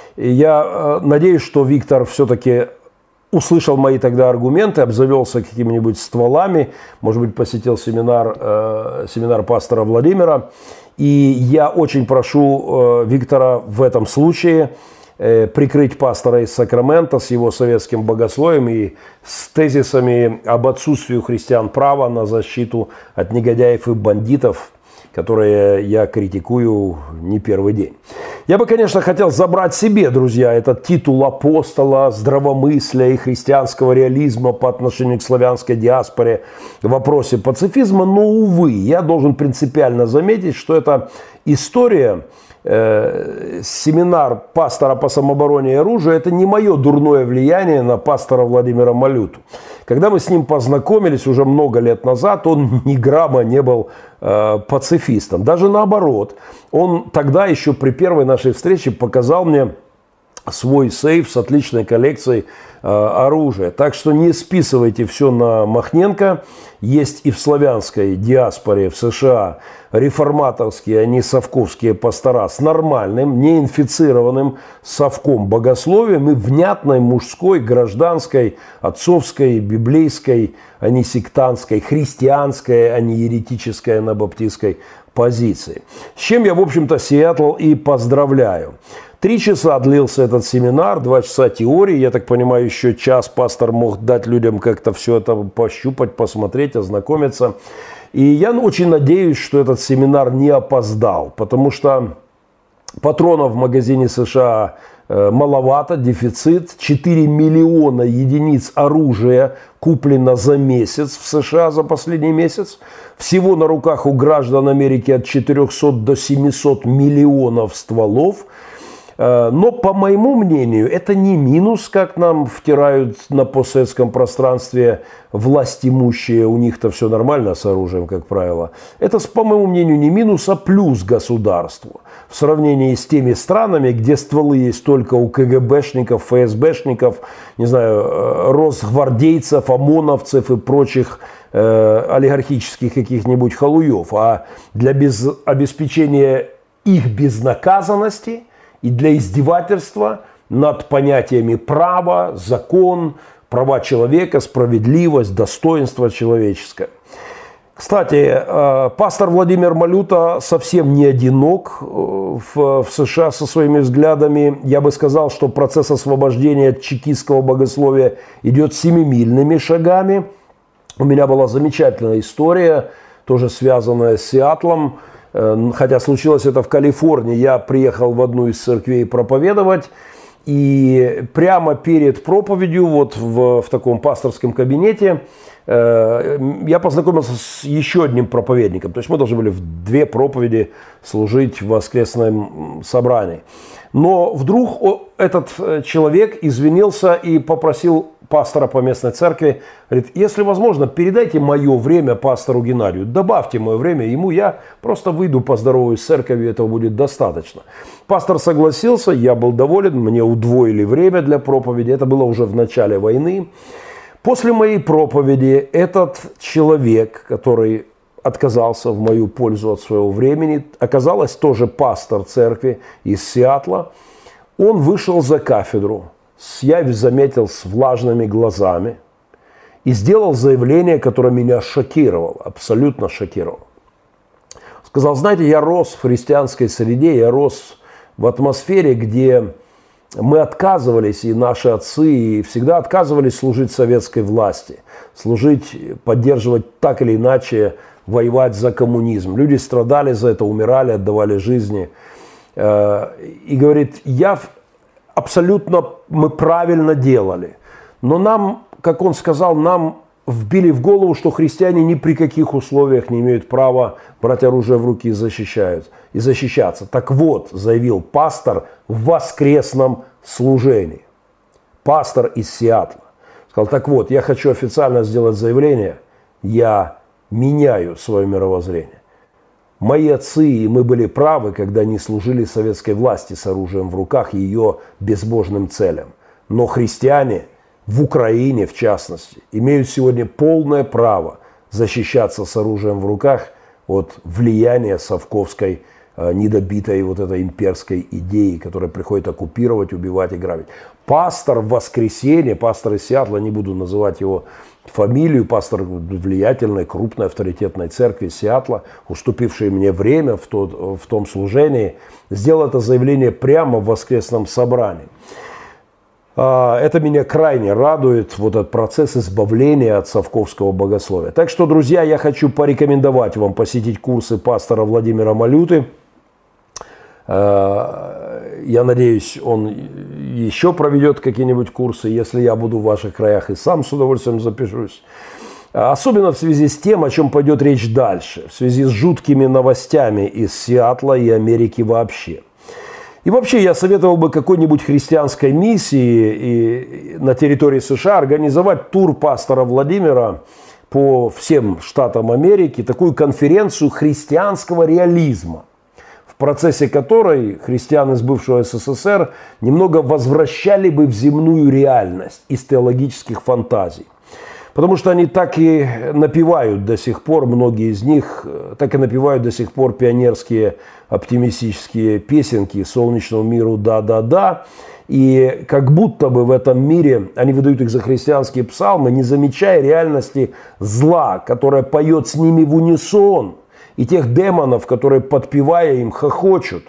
я надеюсь, что Виктор все-таки услышал мои тогда аргументы, обзавелся какими-нибудь стволами, может быть, посетил семинар пастора Владимира. И я очень прошу Виктора в этом случае прикрыть пастора из Сакрамента с его советским богословием и с тезисами об отсутствии у христиан права на защиту от негодяев и бандитов, которые я критикую не первый день. Я бы, конечно, хотел забрать себе, друзья, этот титул апостола здравомыслия и христианского реализма по отношению к славянской диаспоре в вопросе пацифизма, но, увы, я должен принципиально заметить, что эта история, семинар пастора по самообороне и оружию, это не мое дурное влияние на пастора Владимира Малюту. Когда мы с ним познакомились уже много лет назад, он ни грамма не был пацифистом. Даже наоборот, он тогда еще при первой нашей встрече показал мне свой сейф с отличной коллекцией оружия. Так что не списывайте все на Махненко. Есть и в славянской диаспоре в США реформаторские, а не совковские пастора с нормальным, неинфицированным совком богословием и внятной мужской, гражданской, отцовской, библейской, а не сектантской, христианской, а не еретической, анабаптистской позиции. С чем я, в общем-то, Сиэтл и поздравляю. 3 часа длился этот семинар, 2 часа теории. Я так понимаю, еще час пастор мог дать людям как-то все это пощупать, посмотреть, ознакомиться. И я очень надеюсь, что этот семинар не опоздал, потому что патронов в магазине США маловато, дефицит. 4 миллиона единиц оружия куплено за месяц в США, за последний месяц. Всего на руках у граждан Америки от 400 до 700 миллионов стволов. Но, по моему мнению, это не минус, как нам втирают на постсоветском пространстве власть имущие. У них-то все нормально с оружием, как правило. Это, по моему мнению, не минус, а плюс государству. В сравнении с теми странами, где стволы есть только у КГБшников, ФСБшников, не знаю, росгвардейцев, ОМОНовцев и прочих олигархических каких-нибудь халуев. А для обеспечения их безнаказанности и для издевательства над понятиями права, закон, права человека, справедливость, достоинство человеческое. Кстати, пастор Владимир Малюта совсем не одинок в США со своими взглядами. Я бы сказал, что процесс освобождения от чекистского богословия идет семимильными шагами. У меня была замечательная история, тоже связанная с Сиэтлом. Хотя случилось это в Калифорнии, я приехал в одну из церквей проповедовать, И прямо перед проповедью, вот в таком пасторском кабинете, я познакомился с еще одним проповедником. То есть мы должны были в 2 проповеди служить в воскресном собрании. Но вдруг этот человек извинился и попросил пастора по местной церкви, говорит, если возможно, передайте мое время пастору Геннадию, добавьте мое время ему, я просто выйду, поздороваюсь с церковью, этого будет достаточно. Пастор согласился, я был доволен, мне удвоили время для проповеди, это было уже в начале войны. После моей проповеди этот человек, который отказался в мою пользу от своего времени, оказалось тоже пастор церкви из Сиэтла, он вышел за кафедру, я заметил с влажными глазами и сделал заявление, которое меня шокировало, абсолютно шокировало. Сказал, знаете, я рос в христианской среде, я рос в атмосфере, где мы отказывались, и наши отцы и всегда отказывались служить советской власти, служить, поддерживать так или иначе, воевать за коммунизм. Люди страдали за это, умирали, отдавали жизни. И говорит, абсолютно мы правильно делали. Но нам, как он сказал, нам вбили в голову, что христиане ни при каких условиях не имеют права брать оружие в руки и защищаться. Так вот, заявил пастор в воскресном служении. Пастор из Сиэтла. Сказал, так вот, я хочу официально сделать заявление, я меняю свое мировоззрение. Мои отцы и мы были правы, когда не служили советской власти с оружием в руках и ее безбожным целям. Но христиане в Украине, в частности, имеют сегодня полное право защищаться с оружием в руках от влияния совковской, недобитой вот этой имперской идеи, которая приходит оккупировать, убивать и грабить. Пастор в воскресенье, пастор из Сиэтла, не буду называть его фамилию, пастор влиятельной, крупной, авторитетной церкви Сиэтла, уступивший мне время в том служении, сделал это заявление прямо в воскресном собрании. Это меня крайне радует, вот этот процесс избавления от совковского богословия. Так что, друзья, я хочу порекомендовать вам посетить курсы пастора Владимира Малюты. Я надеюсь, он еще проведет какие-нибудь курсы, если я буду в ваших краях, и сам с удовольствием запишусь. Особенно в связи с тем, о чем пойдет речь дальше, в связи с жуткими новостями из Сиэтла и Америки вообще. И вообще я советовал бы какой-нибудь христианской миссии на территории США организовать тур пастора Владимира по всем штатам Америки, такую конференцию христианского реализма, в процессе которой христиан из бывшего СССР немного возвращали бы в земную реальность из теологических фантазий. Потому что они так и напевают до сих пор, многие из них так и напевают до сих пор пионерские оптимистические песенки «Солнечному миру да-да-да». И как будто бы в этом мире они выдают их за христианские псалмы, не замечая реальности зла, которое поет с ними в унисон, и тех демонов, которые, подпевая им, хохочут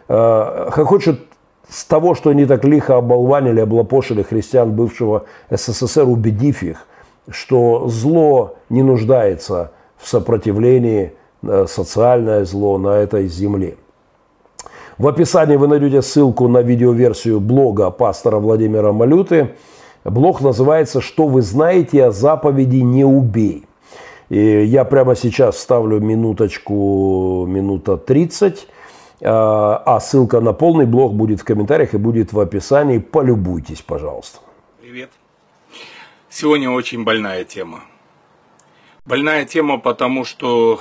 с того, что они так лихо оболванили, облапошили христиан бывшего СССР, убедив их, что зло не нуждается в сопротивлении, социальное зло на этой земле. В описании вы найдете ссылку на видеоверсию блога пастора Владимира Малюты. Блог называется «Что вы знаете о заповеди «Не убей». И я прямо сейчас вставлю минуточку, минута 30, а ссылка на полный блог будет в комментариях и будет в описании. Полюбуйтесь, пожалуйста. Привет. Сегодня очень больная тема. Больная тема, потому что,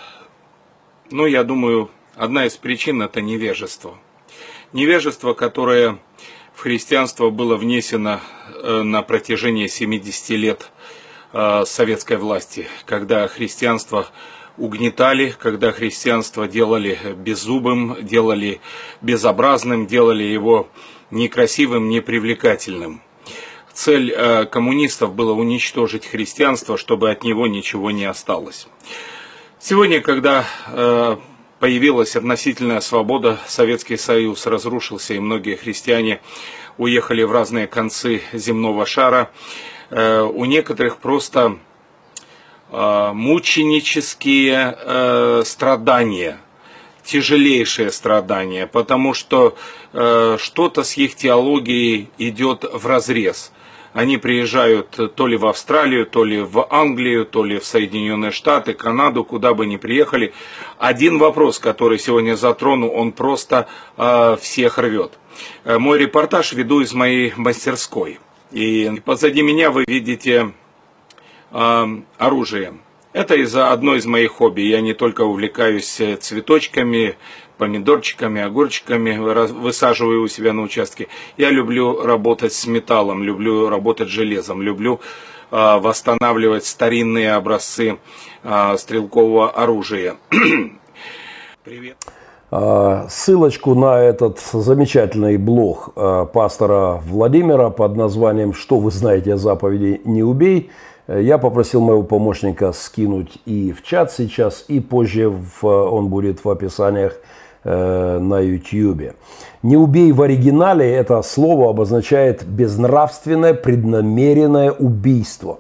я думаю, одна из причин – это невежество. Невежество, которое в христианство было внесено на протяжении 70 лет советской власти, когда христианство угнетали, когда христианство делали беззубым, делали безобразным, делали его некрасивым, непривлекательным. Цель коммунистов была уничтожить христианство, чтобы от него ничего не осталось. Сегодня, когда появилась относительная свобода, Советский Союз разрушился, и многие христиане уехали в разные концы земного шара, у некоторых просто мученические страдания тяжелейшее страдание, потому что что-то с их теологией идет вразрез. Они приезжают то ли в Австралию, то ли в Англию, то ли в Соединенные Штаты, Канаду, куда бы ни приехали. Один вопрос, который сегодня затрону, он просто всех рвет. Мой репортаж веду из моей мастерской. И позади меня вы видите оружие. Это одно из моих хобби. Я не только увлекаюсь цветочками, помидорчиками, огурчиками, высаживаю у себя на участке. Я люблю работать с металлом, люблю работать с железом, люблю восстанавливать старинные образцы стрелкового оружия. Привет. Ссылочку на этот замечательный блог пастора Владимира под названием «Что вы знаете о заповеди «Не убей» я попросил моего помощника скинуть и в чат сейчас, и позже он будет в описаниях на YouTube. «Не убей» в оригинале это слово обозначает безнравственное преднамеренное убийство.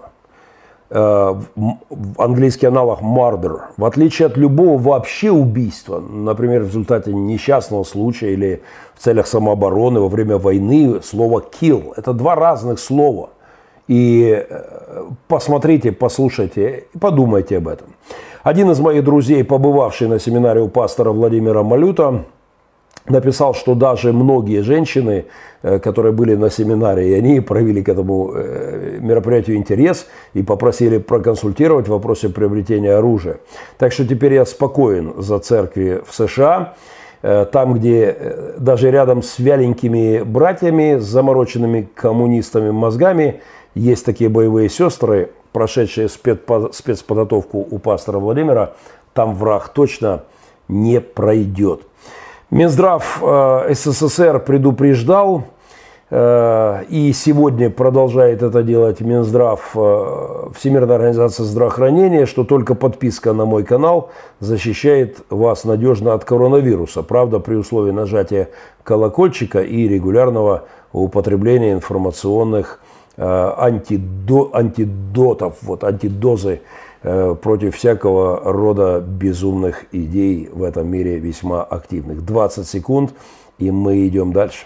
Английский аналог murder. В отличие от любого вообще убийства, например, в результате несчастного случая или в целях самообороны во время войны, слово kill – это два разных слова. И посмотрите, послушайте и подумайте об этом. Один из моих друзей, побывавший на семинаре у пастора Владимира Малюта, написал, что даже многие женщины, которые были на семинаре, и они проявили к этому мероприятию интерес и попросили проконсультировать в вопросе приобретения оружия. Так что теперь я спокоен за церкви в США, там, где даже рядом с вяленькими братьями, с замороченными коммунистами мозгами, есть такие боевые сестры, прошедшие спецподготовку у пастора Владимира, там враг точно не пройдет. Минздрав СССР предупреждал, и сегодня продолжает это делать Минздрав Всемирной организации здравоохранения, что только подписка на мой канал защищает вас надежно от коронавируса. Правда, при условии нажатия колокольчика и регулярного употребления информационных антидотов, антидозы против всякого рода безумных идей в этом мире весьма активных. 20 секунд, и мы идем дальше.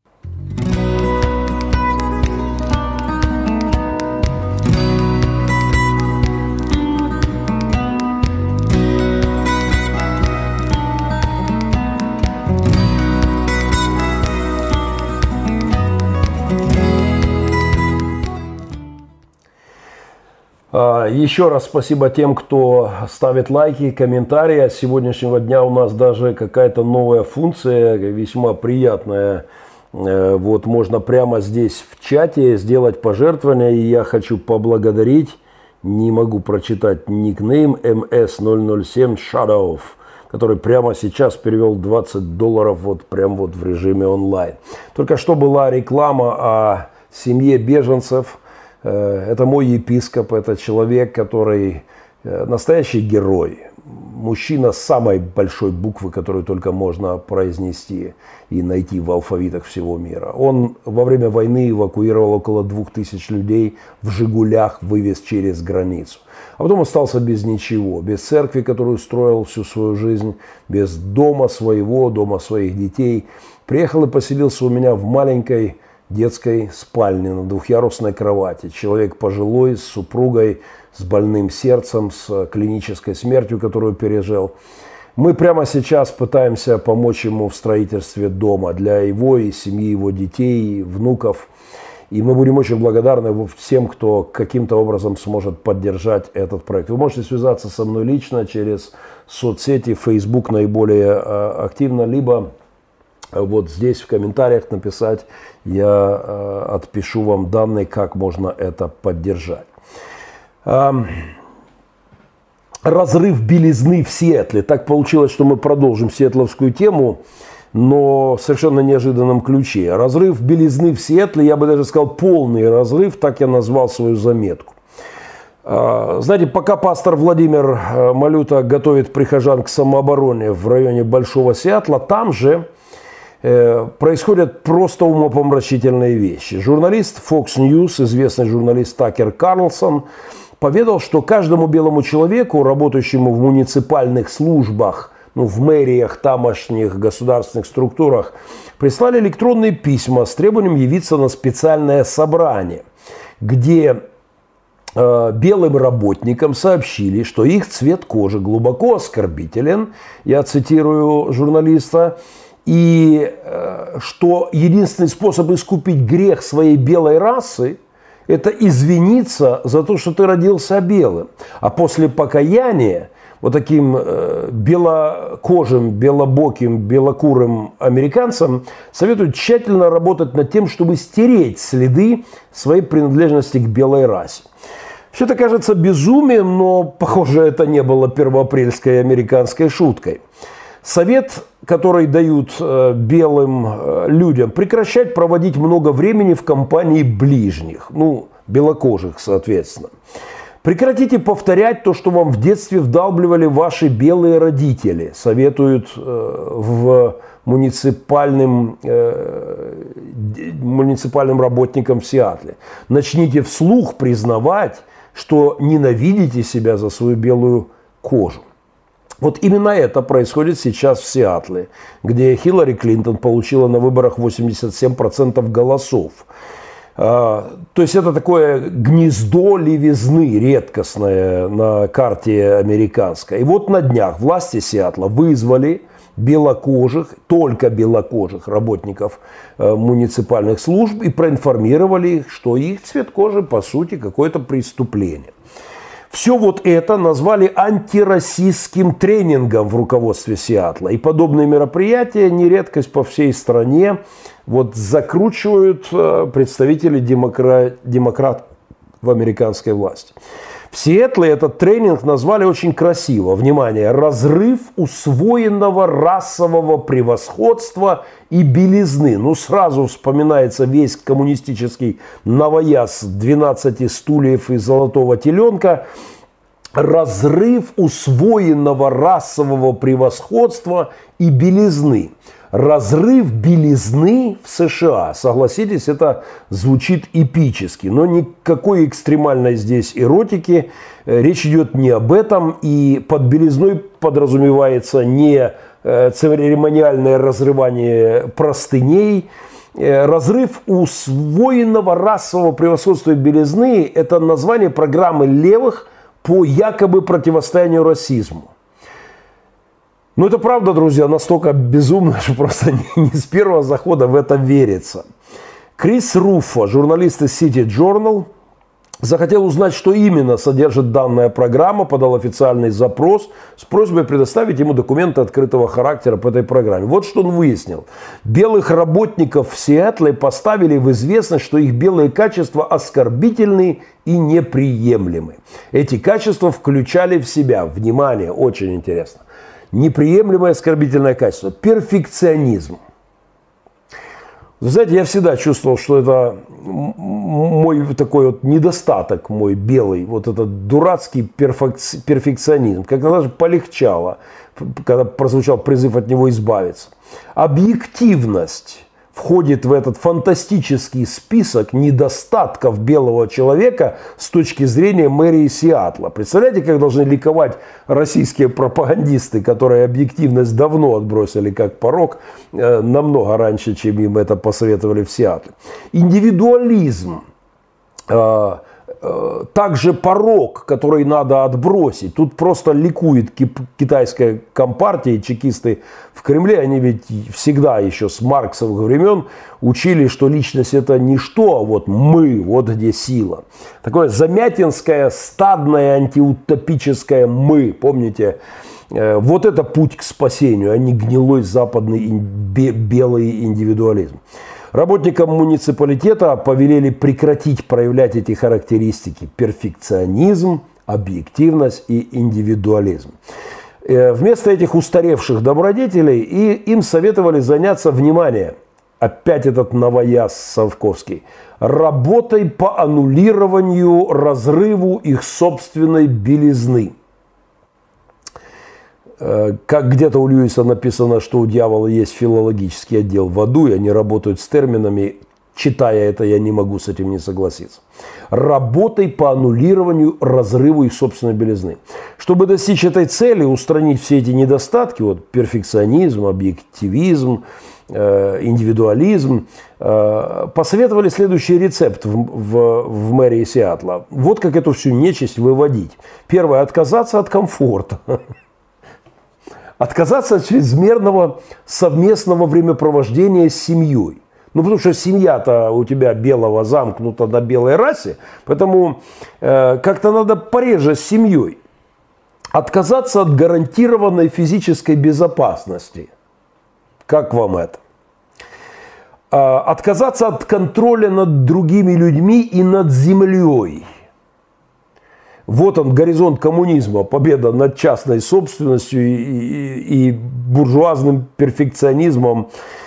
Еще раз спасибо тем, кто ставит лайки, комментарии. С сегодняшнего дня у нас даже какая-то новая функция, весьма приятная. Вот можно прямо здесь в чате сделать пожертвование. И я хочу поблагодарить, не могу прочитать никнейм, MS007 Shadow, который прямо сейчас перевел $20 вот прямо вот в режиме онлайн. Только что была реклама о семье беженцев. Это мой епископ, это человек, который настоящий герой. Мужчина с самой большой буквы, которую только можно произнести и найти в алфавитах всего мира. Он во время войны эвакуировал около 2000 людей в «Жигулях», вывез через границу. А потом остался без ничего, без церкви, которую строил всю свою жизнь, без дома своего, дома своих детей. Приехал и поселился у меня в маленькой детской спальне на двухъярусной кровати. Человек пожилой, с супругой, с больным сердцем, с клинической смертью, которую пережил. Мы прямо сейчас пытаемся помочь ему в строительстве дома для его и семьи, его детей, и внуков. И мы будем очень благодарны всем, кто каким-то образом сможет поддержать этот проект. Вы можете связаться со мной лично через соцсети, Facebook наиболее активно, либо вот здесь в комментариях написать, я отпишу вам данные, как можно это поддержать. Разрыв белизны в Сиэтле. Так получилось, что мы продолжим сиэтловскую тему, но в совершенно неожиданном ключе. Разрыв белизны в Сиэтле, я бы даже сказал полный разрыв, так я назвал свою заметку. Знаете, пока пастор Владимир Малюта готовит прихожан к самообороне в районе Большого Сиэтла, там же происходят просто умопомрачительные вещи. Журналист Fox News, известный журналист Такер Карлсон, поведал, что каждому белому человеку, работающему в муниципальных службах в мэриях, тамошних государственных структурах, прислали электронные письма с требованием явиться на специальное собрание, где белым работникам сообщили, что их цвет кожи глубоко оскорбителен, я цитирую журналиста, и что единственный способ искупить грех своей белой расы – это извиниться за то, что ты родился белым. А после покаяния вот таким белокожим, белобоким, белокурым американцам советуют тщательно работать над тем, чтобы стереть следы своей принадлежности к белой расе. Все это кажется безумием, но, похоже, это не было первоапрельской американской шуткой. Совет, который дают белым людям, прекращать проводить много времени в компании ближних, белокожих, соответственно. Прекратите повторять то, что вам в детстве вдалбливали ваши белые родители, советуют муниципальным работникам в Сиэтле. Начните вслух признавать, что ненавидите себя за свою белую кожу. Вот именно это происходит сейчас в Сиэтле, где Хиллари Клинтон получила на выборах 87% голосов. То есть это такое гнездо левизны редкостное на карте американской. И вот на днях власти Сиэтла вызвали белокожих, только белокожих работников муниципальных служб и проинформировали их, что их цвет кожи по сути какое-то преступление. Все вот это назвали антироссийским тренингом в руководстве Сиэтла. И подобные мероприятия, не редкость по всей стране, закручивают представители демократов в американской власти. В Сиэтле этот тренинг назвали очень красиво. Внимание, разрыв усвоенного расового превосходства и белизны. Сразу вспоминается весь коммунистический новояз 12 стульев и золотого теленка. Разрыв усвоенного расового превосходства и белизны. Разрыв белизны в США, согласитесь, это звучит эпически, но никакой экстремальной здесь эротики, речь идет не об этом, и под белизной подразумевается не церемониальное разрывание простыней. Разрыв усвоенного расового превосходства и белизны – это название программы левых по якобы противостоянию расизму. Но это правда, друзья, настолько безумно, что просто не с первого захода в это верится. Крис Руффо, журналист из City Journal, захотел узнать, что именно содержит данная программа, подал официальный запрос с просьбой предоставить ему документы открытого характера по этой программе. Вот что он выяснил. Белых работников в Сиэтле поставили в известность, что их белые качества оскорбительны и неприемлемы. Эти качества включали в себя, внимание, очень интересно, неприемлемое оскорбительное качество – перфекционизм. Вы знаете, я всегда чувствовал, что это мой такой недостаток, мой белый, вот этот дурацкий перфекционизм. Как-то даже полегчало, когда прозвучал призыв от него избавиться. Объективность входит в этот фантастический список недостатков белого человека с точки зрения мэрии Сиэтла. Представляете, как должны ликовать российские пропагандисты, которые объективность давно отбросили как порок, намного раньше, чем им это посоветовали в Сиэтле. Индивидуализм. Также порок, который надо отбросить. Тут просто ликует китайская компартия, чекисты в Кремле. Они ведь всегда еще с марксовых времен учили, что личность это ничто, а вот мы, вот где сила. Такое замятинское, стадное, антиутопическое мы, помните? Вот это путь к спасению, а не гнилой западный белый индивидуализм. Работникам муниципалитета повелели прекратить проявлять эти характеристики – перфекционизм, объективность и индивидуализм. Вместо этих устаревших добродетелей им советовали заняться, внимание, опять этот новояз совковский, работой по аннулированию, разрыву их собственной белизны. Как где-то у Льюиса написано, что у дьявола есть филологический отдел в аду, и они работают с терминами Читая это, я не могу с этим не согласиться. Работай по аннулированию, разрыву их собственной белизны. Чтобы достичь этой цели, устранить все эти недостатки, вот перфекционизм, объективизм, индивидуализм, посоветовали следующий рецепт в мэрии Сиэтла. Вот как эту всю нечисть выводить. Первое – отказаться от комфорта. Отказаться от чрезмерного совместного времяпровождения с семьей. Ну, потому что семья-то у тебя белого замкнута на белой расе, поэтому как-то надо пореже с семьей. Отказаться от гарантированной физической безопасности. Как вам это? Отказаться от контроля над другими людьми и над землей. Вот он, горизонт коммунизма, победа над частной собственностью и буржуазным перфекционизмом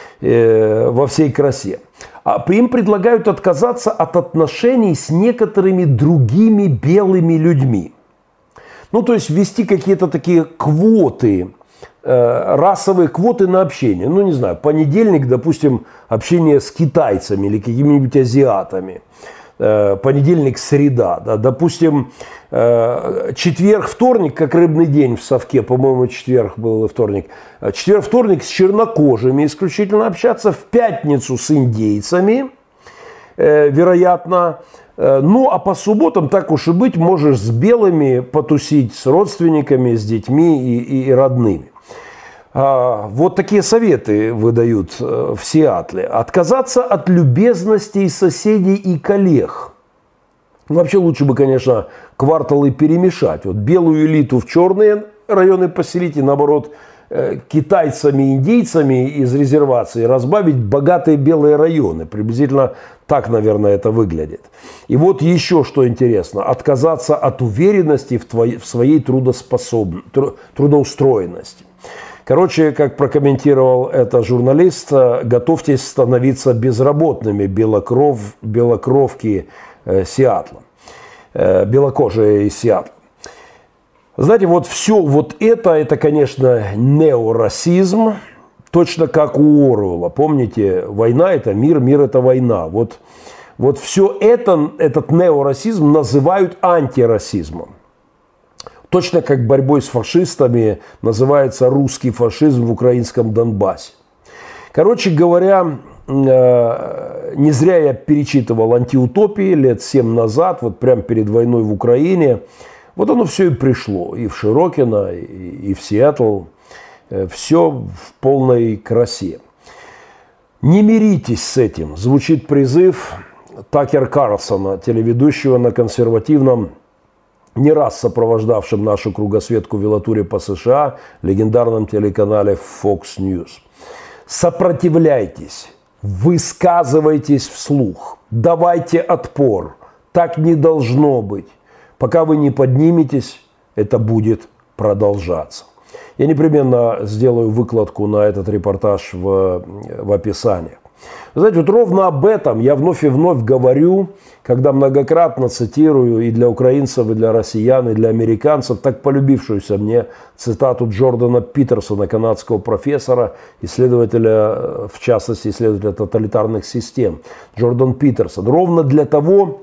во всей красе. А им предлагают отказаться от отношений с некоторыми другими белыми людьми. Ну, то есть ввести какие-то такие квоты, расовые квоты на общение. Ну, не знаю, понедельник, допустим, общение с китайцами или какими-нибудь азиатами. Понедельник, среда. Да. Допустим, четверг, вторник, как рыбный день в совке, по-моему, четверг был и вторник. Четверг, вторник с чернокожими исключительно общаться, в пятницу с индейцами, вероятно. Ну, а по субботам, так уж и быть, можешь с белыми потусить, с родственниками, с детьми и родными. Вот такие советы выдают в Сиэтле. Отказаться от любезностей соседей и коллег. Вообще лучше бы, конечно, кварталы перемешать. Вот белую элиту в черные районы поселить и, наоборот, китайцами и индейцами из резервации разбавить богатые белые районы. Приблизительно так, наверное, это выглядит. И вот еще что интересно. Отказаться от уверенности в своей трудоустроенности. Короче, как прокомментировал это журналист, готовьтесь становиться безработными белокровки Сиэтла, белокожие из Сиэтла. Знаете, вот все вот это, конечно, неорасизм, точно как у Оруэлла. Помните, война – это мир, мир – это война. Вот все это, этот неорасизм называют антирасизмом. Точно как борьбой с фашистами называется русский фашизм в украинском Донбассе. Короче говоря, не зря я перечитывал «Антиутопии» лет 7 назад, вот прямо перед войной в Украине. Вот оно все и пришло, и в Широкино, и в Сиэтл. Все в полной красе. Не миритесь с этим, звучит призыв Такера Карлсона, телеведущего на консервативном, не раз сопровождавшем нашу кругосветку в велотуре по США, легендарном телеканале Fox News. Сопротивляйтесь, высказывайтесь вслух, давайте отпор. Так не должно быть. Пока вы не подниметесь, это будет продолжаться. Я непременно сделаю выкладку на этот репортаж в описании. Вы знаете, вот ровно об этом я вновь и вновь говорю, когда многократно цитирую и для украинцев, и для россиян, и для американцев так полюбившуюся мне цитату Джордана Питерсона, канадского профессора, исследователя, в частности, исследователя тоталитарных систем. Джордан Питерсон. Ровно для того,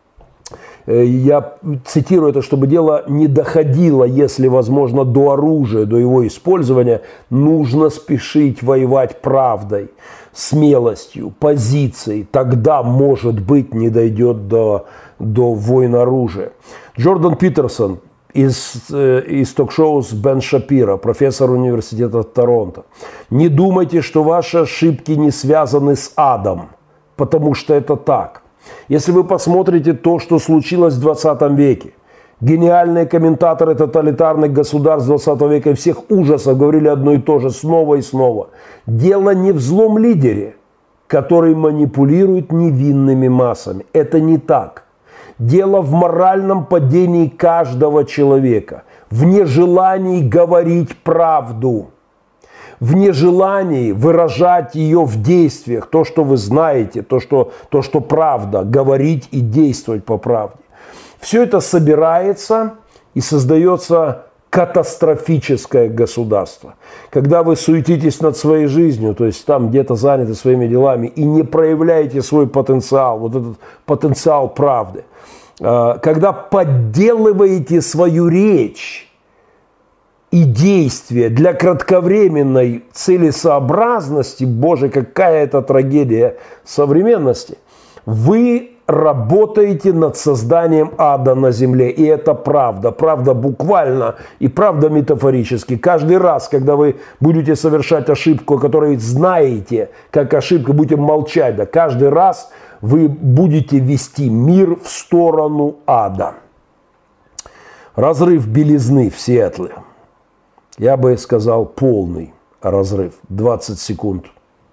я цитирую это, чтобы дело не доходило, если возможно, до оружия, до его использования, нужно спешить воевать правдой, смелостью, позицией. Тогда, может быть, не дойдет до войн оружия. Джордан Питерсон из ток-шоу с Бен Шапиро, профессор университета Торонто. Не думайте, что ваши ошибки не связаны с адом, потому что это так. Если вы посмотрите то, что случилось в 20 веке, гениальные комментаторы тоталитарных государств 20 века и всех ужасов говорили одно и то же снова и снова. Дело не в злом лидере, который манипулирует невинными массами. Это не так. Дело в моральном падении каждого человека, в нежелании говорить правду, в нежелании выражать ее в действиях, то, что вы знаете, то, что правда, говорить и действовать по правде. Все это собирается и создается катастрофическое государство. Когда вы суетитесь над своей жизнью, то есть там где-то заняты своими делами и не проявляете свой потенциал, вот этот потенциал правды, когда подделываете свою речь и действия для кратковременной целесообразности, Боже, какая это трагедия современности, вы работаете над созданием ада на земле. И это правда. Правда буквально и правда метафорически. Каждый раз, когда вы будете совершать ошибку, о которой знаете, как ошибку, будете молчать, да, каждый раз вы будете вести мир в сторону ада. Разрыв белизны в Сиэтле. Я бы сказал, полный разрыв. 20 секунд.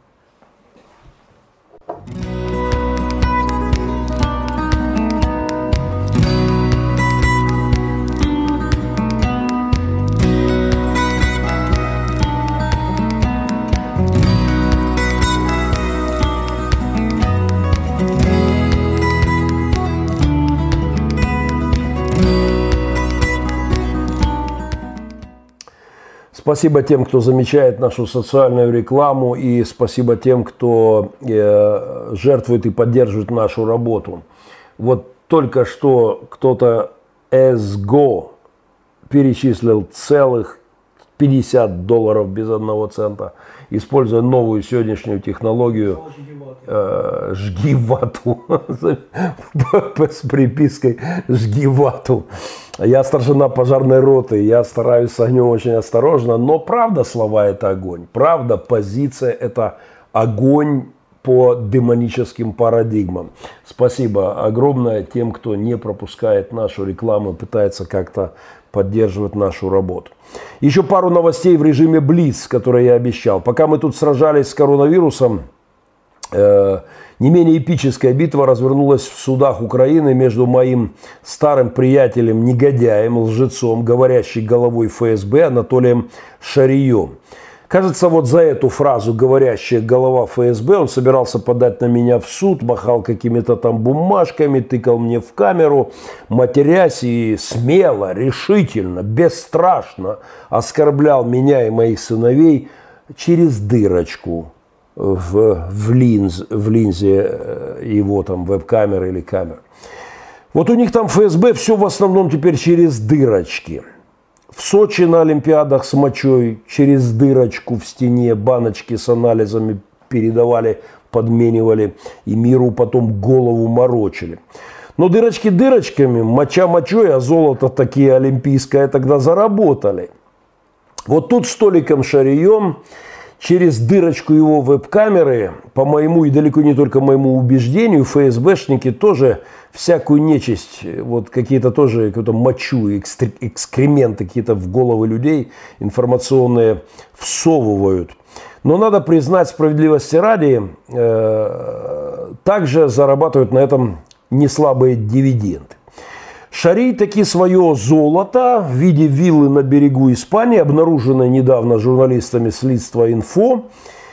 Спасибо тем, кто замечает нашу социальную рекламу, и спасибо тем, кто жертвует и поддерживает нашу работу. Вот только что кто-то SGO перечислил целых $50 без 1 цента, используя новую сегодняшнюю технологию «Жги вату» с припиской «Жги вату». Я старшина пожарной роты, я стараюсь с огнем очень осторожно, но правда слова – это огонь, правда позиция – это огонь по демоническим парадигмам. Спасибо огромное тем, кто не пропускает нашу рекламу, пытается как-то поддерживать нашу работу. Еще пару новостей в режиме Блиц, которые я обещал. Пока мы тут сражались с коронавирусом, не менее эпическая битва развернулась в судах Украины между моим старым приятелем, негодяем, лжецом, говорящей головой ФСБ Анатолием Шарием. Кажется, вот за эту фразу «говорящая голова ФСБ» он собирался подать на меня в суд, махал какими-то там бумажками, тыкал мне в камеру, матерясь и смело, решительно, бесстрашно оскорблял меня и моих сыновей через дырочку в линзе его там веб-камеры или камер. Вот у них там ФСБ все в основном теперь через дырочки. В Сочи на Олимпиадах с мочой через дырочку в стене баночки с анализами передавали, подменивали и миру потом голову морочили. Но дырочки дырочками, моча мочой, а золото такие олимпийское тогда заработали. Вот тут с Толиком Шарием через дырочку его веб-камеры, по моему и далеко не только моему убеждению, ФСБшники тоже всякую нечисть, вот какие-то тоже какую-то мочу, экскременты какие-то в головы людей информационные всовывают. Но надо признать, справедливости ради, также зарабатывают на этом неслабые дивиденды. Шарий таки свое золото в виде виллы на берегу Испании, обнаруженной недавно журналистами с Лидства.Инфо,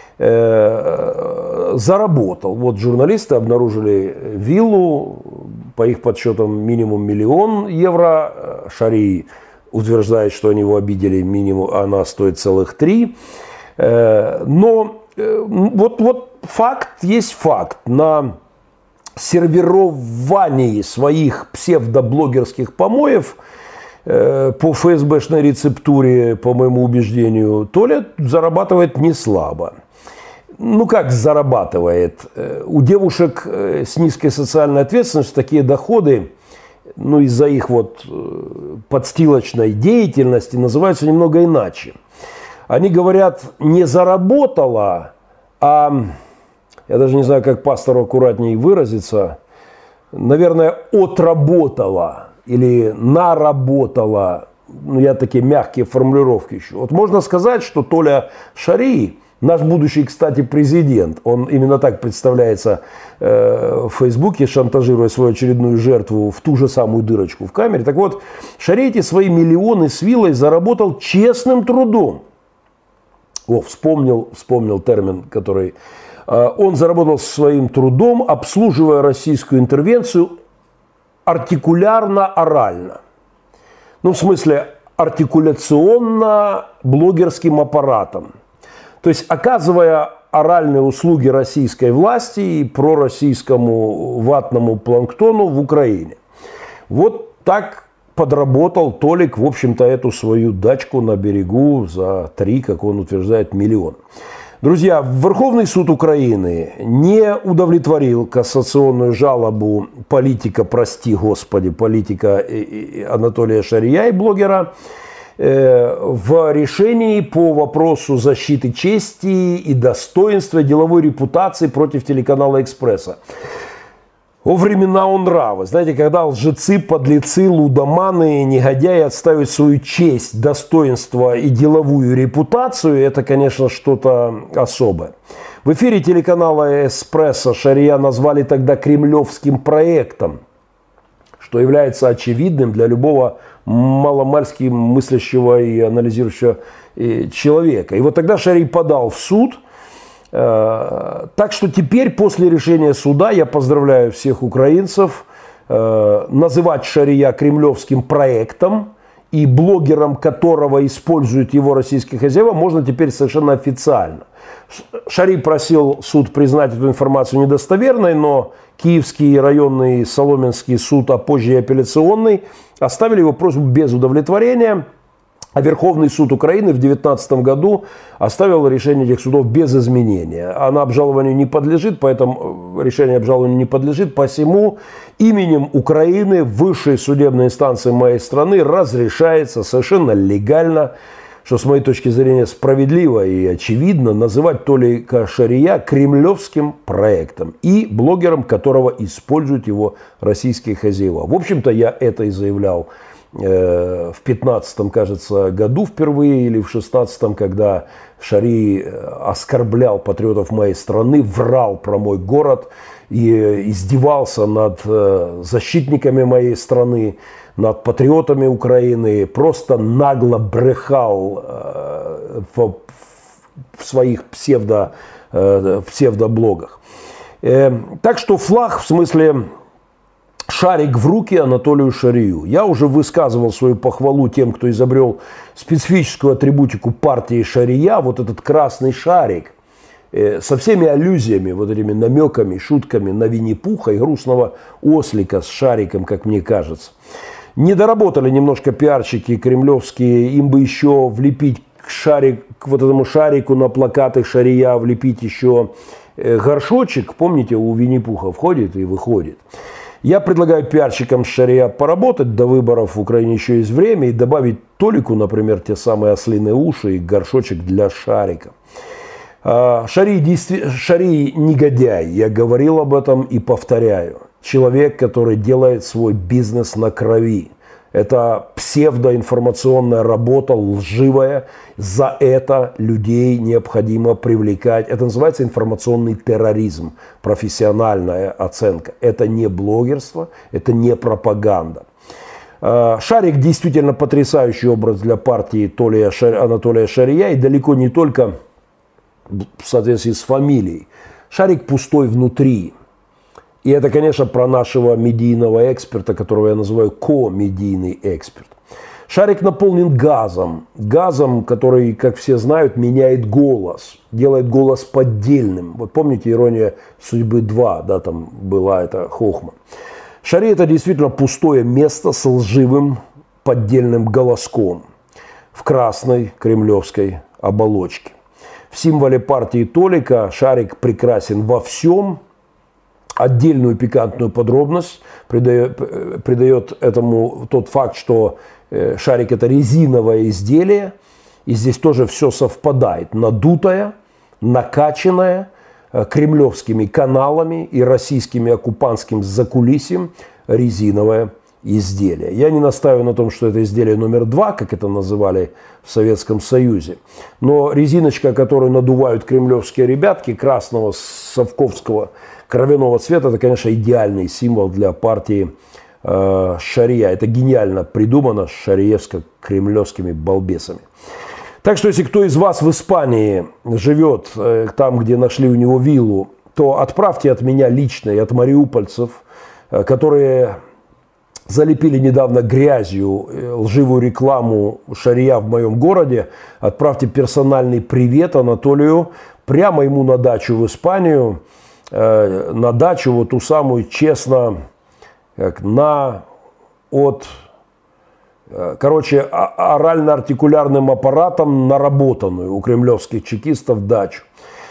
заработал. Вот журналисты обнаружили виллу, по их подсчетам минимум $1 000 000. Шарий утверждает, что они его обидели, минимум она стоит целых 3. Но вот факт есть факт. На сервировании своих псевдоблогерских помоев по ФСБшной рецептуре, по моему убеждению, Толя зарабатывает не слабо. Ну как зарабатывает? У девушек с низкой социальной ответственностью такие доходы, ну из-за их вот подстилочной деятельности, называются немного иначе. Они говорят, не заработала, а... Я даже не знаю, как пастору аккуратнее выразиться. Наверное, отработала или наработала. Ну, я такие мягкие формулировки ищу. Вот можно сказать, что Толя Шарий, наш будущий, кстати, президент, он именно так представляется в Фейсбуке, шантажируя свою очередную жертву в ту же самую дырочку в камере. Так вот, Шарий эти свои миллионы с виллой заработал честным трудом. О, вспомнил термин, который... Он заработал своим трудом, обслуживая российскую интервенцию артикулярно-орально. Ну, в смысле, артикуляционно-блогерским аппаратом. То есть, оказывая оральные услуги российской власти и пророссийскому ватному планктону в Украине. Вот так подработал Толик, в общем-то, эту свою дачку на берегу за 3, как он утверждает, миллиона. Друзья, Верховный суд Украины не удовлетворил кассационную жалобу политика, прости господи, политика Анатолия Шария и блогера в решении по вопросу защиты чести и достоинства деловой репутации против телеканала «Экспресса». О времена о нравы. Знаете, когда лжецы, подлецы, лудоманы, негодяи отставят свою честь, достоинство и деловую репутацию, это, конечно, что-то особое. В эфире телеканала «Эспрессо» Шария назвали тогда кремлевским проектом, что является очевидным для любого маломальски мыслящего и анализирующего человека. И вот тогда Шарий подал в суд. Так что теперь, после решения суда, я поздравляю всех украинцев, называть Шария кремлевским проектом и блогером, которого используют его российские хозяева, можно теперь совершенно официально. Шарий просил суд признать эту информацию недостоверной, но Киевский районный Соломенский суд, а позже и апелляционный, оставили его просьбу без удовлетворения. А Верховный суд Украины в 2019 году оставил решение этих судов без изменения. Она обжалованию не подлежит, поэтому решение обжалованию не подлежит. Посему именем Украины высшей судебной инстанции моей страны разрешается совершенно легально, что с моей точки зрения справедливо и очевидно, называть Толика Шария кремлевским проектом и блогером, которого используют его российские хозяева. В общем-то, я это и заявлял в 15-м, кажется, году впервые или в 16-м, когда Шарий оскорблял патриотов моей страны, врал про мой город и издевался над защитниками моей страны, над патриотами Украины, просто нагло брехал в своих псевдоблогах. Так что флаг, в смысле шарик в руки Анатолию Шарию. Я уже высказывал свою похвалу тем, кто изобрел специфическую атрибутику партии Шария, вот этот красный шарик, со всеми аллюзиями, вот этими намеками, шутками на Винни-Пуха и грустного ослика с шариком, как мне кажется. Не доработали немножко пиарщики кремлевские, им бы еще влепить к вот этому шарику на плакаты Шария, влепить еще горшочек, помните, у Винни-Пуха входит и выходит. Я предлагаю пиарщикам Шария поработать, до выборов в Украине еще есть время, и добавить Толику, например, те самые ослиные уши и горшочек для шарика. Шарий негодяй, я говорил об этом и повторяю. Человек, который делает свой бизнес на крови. Это псевдоинформационная работа, лживая. За это людей необходимо привлекать. Это называется информационный терроризм, профессиональная оценка. Это не блогерство, это не пропаганда. Шарик действительно потрясающий образ для партии Анатолия Шария, и далеко не только в соответствии с фамилией. Шарик пустой внутри. И это, конечно, про нашего медийного эксперта, которого я называю комедийный эксперт. Шарик наполнен газом. Газом, который, как все знают, меняет голос. Делает голос поддельным. Вот помните «Ирония судьбы 2», да, там была эта хохма. Шарий – это действительно пустое место с лживым поддельным голоском в красной кремлевской оболочке. В символе партии Толика Шарик прекрасен во всем. Отдельную пикантную подробность придает этому тот факт, что шарик – это резиновое изделие, и здесь тоже все совпадает. Надутое, накачанное кремлевскими каналами и российскими оккупантским закулисьем резиновое изделие. Я не настаиваю на том, что это изделие номер 2, как это называли в Советском Союзе. Но резиночка, которую надувают кремлевские ребятки, красного совковского кровяного цвета, это, конечно, идеальный символ для партии Шария. Это гениально придумано шариевско-кремлевскими балбесами. Так что, если кто из вас в Испании живет там, где нашли у него виллу, то отправьте от меня лично и от мариупольцев, которые залепили недавно грязью лживую рекламу шария в моем городе, отправьте персональный привет Анатолию прямо ему на дачу в Испанию, на дачу вот ту самую, честно, орально-артикулярным аппаратом наработанную у кремлевских чекистов дачу.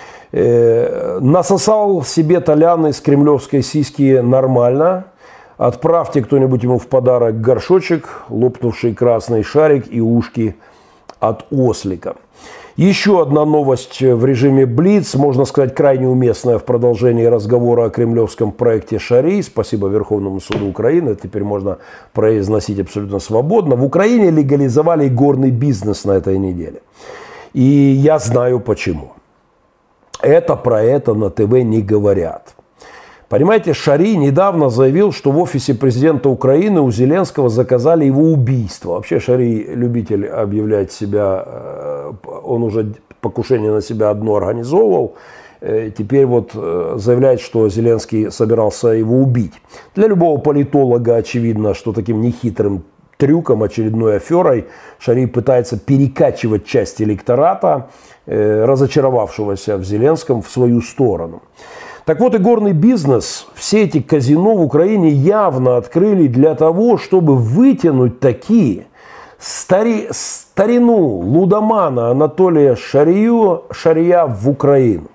Насосал себе Толян из кремлевской сиськи нормально. Отправьте кто-нибудь ему в подарок горшочек, лопнувший красный шарик и ушки от ослика. Еще одна новость в режиме Блиц, можно сказать, крайне уместная в продолжении разговора о кремлевском проекте Шарий. Спасибо Верховному суду Украины, теперь можно произносить абсолютно свободно. В Украине легализовали горный бизнес на этой неделе. И я знаю почему. Про это на ТВ не говорят. Понимаете, Шарий недавно заявил, что в офисе президента Украины у Зеленского заказали его убийство. Вообще Шарий любитель объявлять себя, он уже покушение на себя одно организовывал. Теперь вот заявляет, что Зеленский собирался его убить. Для любого политолога очевидно, что таким нехитрым трюком, очередной аферой Шарий пытается перекачивать часть электората, разочаровавшегося в Зеленском, в свою сторону. Так вот, и горный бизнес, все эти казино в Украине явно открыли для того, чтобы вытянуть такие старину лудомана Анатолия Шария в Украину.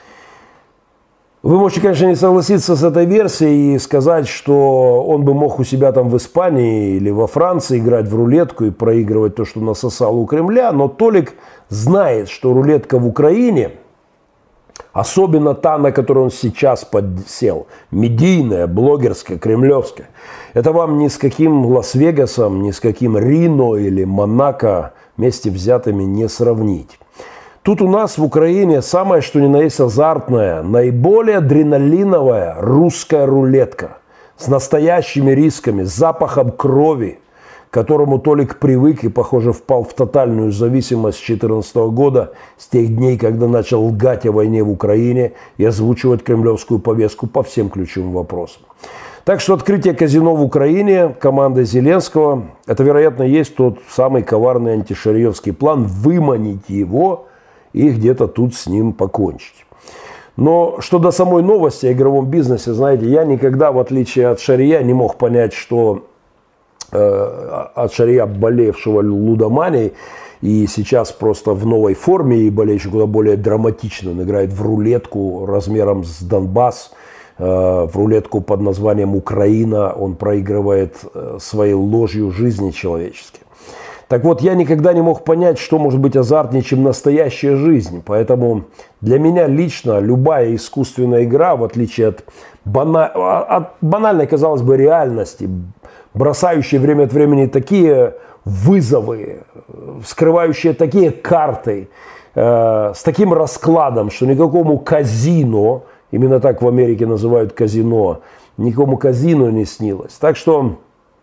Вы можете, конечно, не согласиться с этой версией и сказать, что он бы мог у себя там в Испании или во Франции играть в рулетку и проигрывать то, что насосал у Кремля, но Толик знает, что рулетка в Украине, особенно та, на которую он сейчас подсел, медийная, блогерская, кремлевская, это вам ни с каким Лас-Вегасом, ни с каким Рино или Монако вместе взятыми не сравнить. Тут у нас в Украине самое что ни на есть азартная, наиболее адреналиновая русская рулетка с настоящими рисками, с запахом крови, к которому Толик привык и, похоже, впал в тотальную зависимость с 2014 года, с тех дней, когда начал лгать о войне в Украине и озвучивать кремлевскую повестку по всем ключевым вопросам. Так что открытие казино в Украине командой Зеленского, это, вероятно, есть тот самый коварный антишариевский план выманить его и где-то тут с ним покончить. Но что до самой новости о игровом бизнесе, знаете, я никогда, в отличие от Шария, не мог понять, что от Шария, болевшего лудоманией, и сейчас просто в новой форме, и болеющий куда более драматично, он играет в рулетку размером с Донбасс, в рулетку под названием Украина, он проигрывает своей ложью жизни человеческие. Так вот, я никогда не мог понять, что может быть азартнее, чем настоящая жизнь. Поэтому для меня лично любая искусственная игра, в отличие от банальной, казалось бы, реальности, бросающей время от времени такие вызовы, вскрывающие такие карты, с таким раскладом, что никакому казино, именно так в Америке называют казино, никакому казино не снилось. Так что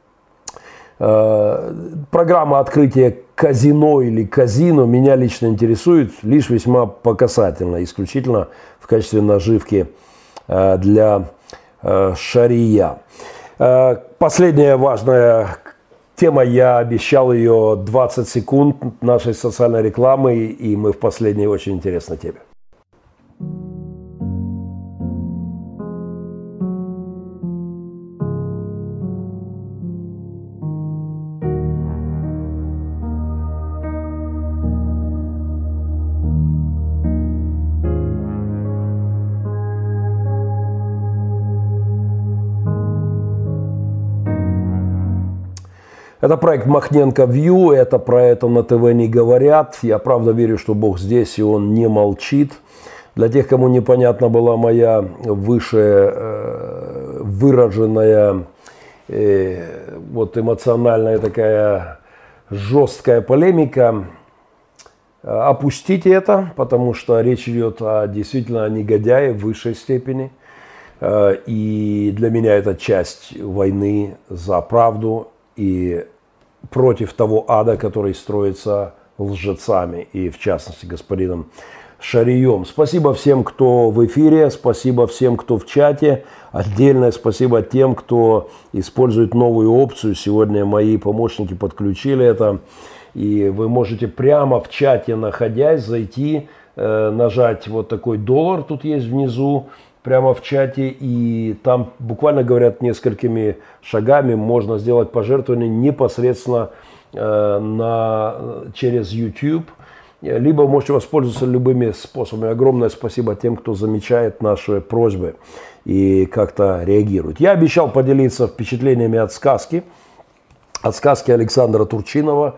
программа открытия казино или казино меня лично интересует лишь весьма показательно, исключительно в качестве наживки для Шария. Последняя важная тема, я обещал ее 20 секунд нашей социальной рекламы, и мы в последней очень интересной теме. Это проект Махненко View, это про это на ТВ не говорят. Я правда верю, что Бог здесь, и Он не молчит. Для тех, кому непонятна была моя выше выраженная, вот эмоциональная такая жесткая полемика, опустите это, потому что речь идет действительно о негодяе в высшей степени. И для меня это часть войны за правду и против того ада, который строится лжецами, и в частности господином шарием. Спасибо всем, кто в эфире, спасибо всем, кто в чате. Отдельное спасибо тем, кто использует новую опцию. Сегодня мои помощники подключили это. И вы можете прямо в чате, находясь, зайти, нажать вот такой $, тут есть внизу, прямо в чате. И там буквально, говорят, несколькими шагами можно сделать пожертвование непосредственно через YouTube. Либо можете воспользоваться любыми способами. Огромное спасибо тем, кто замечает наши просьбы и как-то реагирует. Я обещал поделиться впечатлениями от сказки Александра Турчинова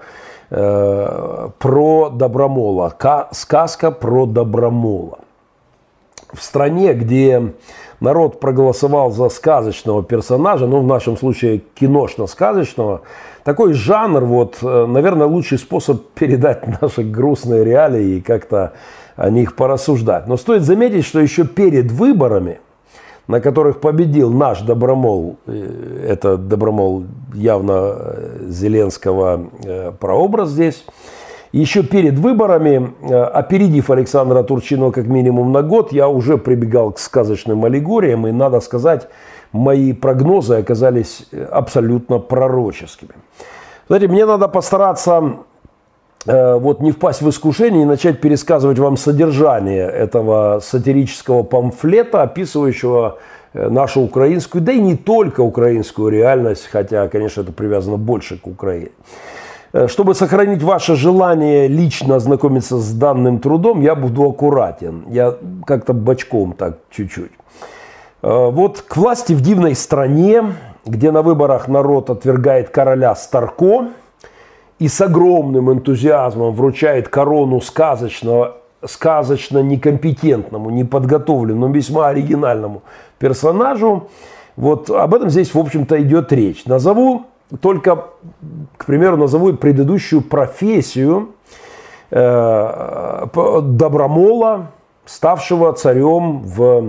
про Добромола. Сказка про Добромола. В стране, где народ проголосовал за сказочного персонажа, ну в нашем случае киношно-сказочного, такой жанр, вот, наверное, лучший способ передать наши грустные реалии и как-то о них порассуждать. Но стоит заметить, что еще перед выборами, на которых победил наш Добромол, это Добромол явно Зеленского прообраз здесь, еще перед выборами, опередив Александра Турчинова как минимум на год, я уже прибегал к сказочным аллегориям, и, надо сказать, мои прогнозы оказались абсолютно пророческими. Знаете, мне надо постараться вот не впасть в искушение и начать пересказывать вам содержание этого сатирического памфлета, описывающего нашу украинскую, да и не только украинскую реальность, хотя, конечно, это привязано больше к Украине. Чтобы сохранить ваше желание лично ознакомиться с данным трудом, я буду аккуратен. Я как-то бочком так чуть-чуть. Вот к власти в дивной стране, где на выборах народ отвергает короля Старко и с огромным энтузиазмом вручает корону сказочно некомпетентному, неподготовленному, весьма оригинальному персонажу, вот об этом здесь, в общем-то, идет речь. Только, к примеру, назову предыдущую профессию Добромола, ставшего царем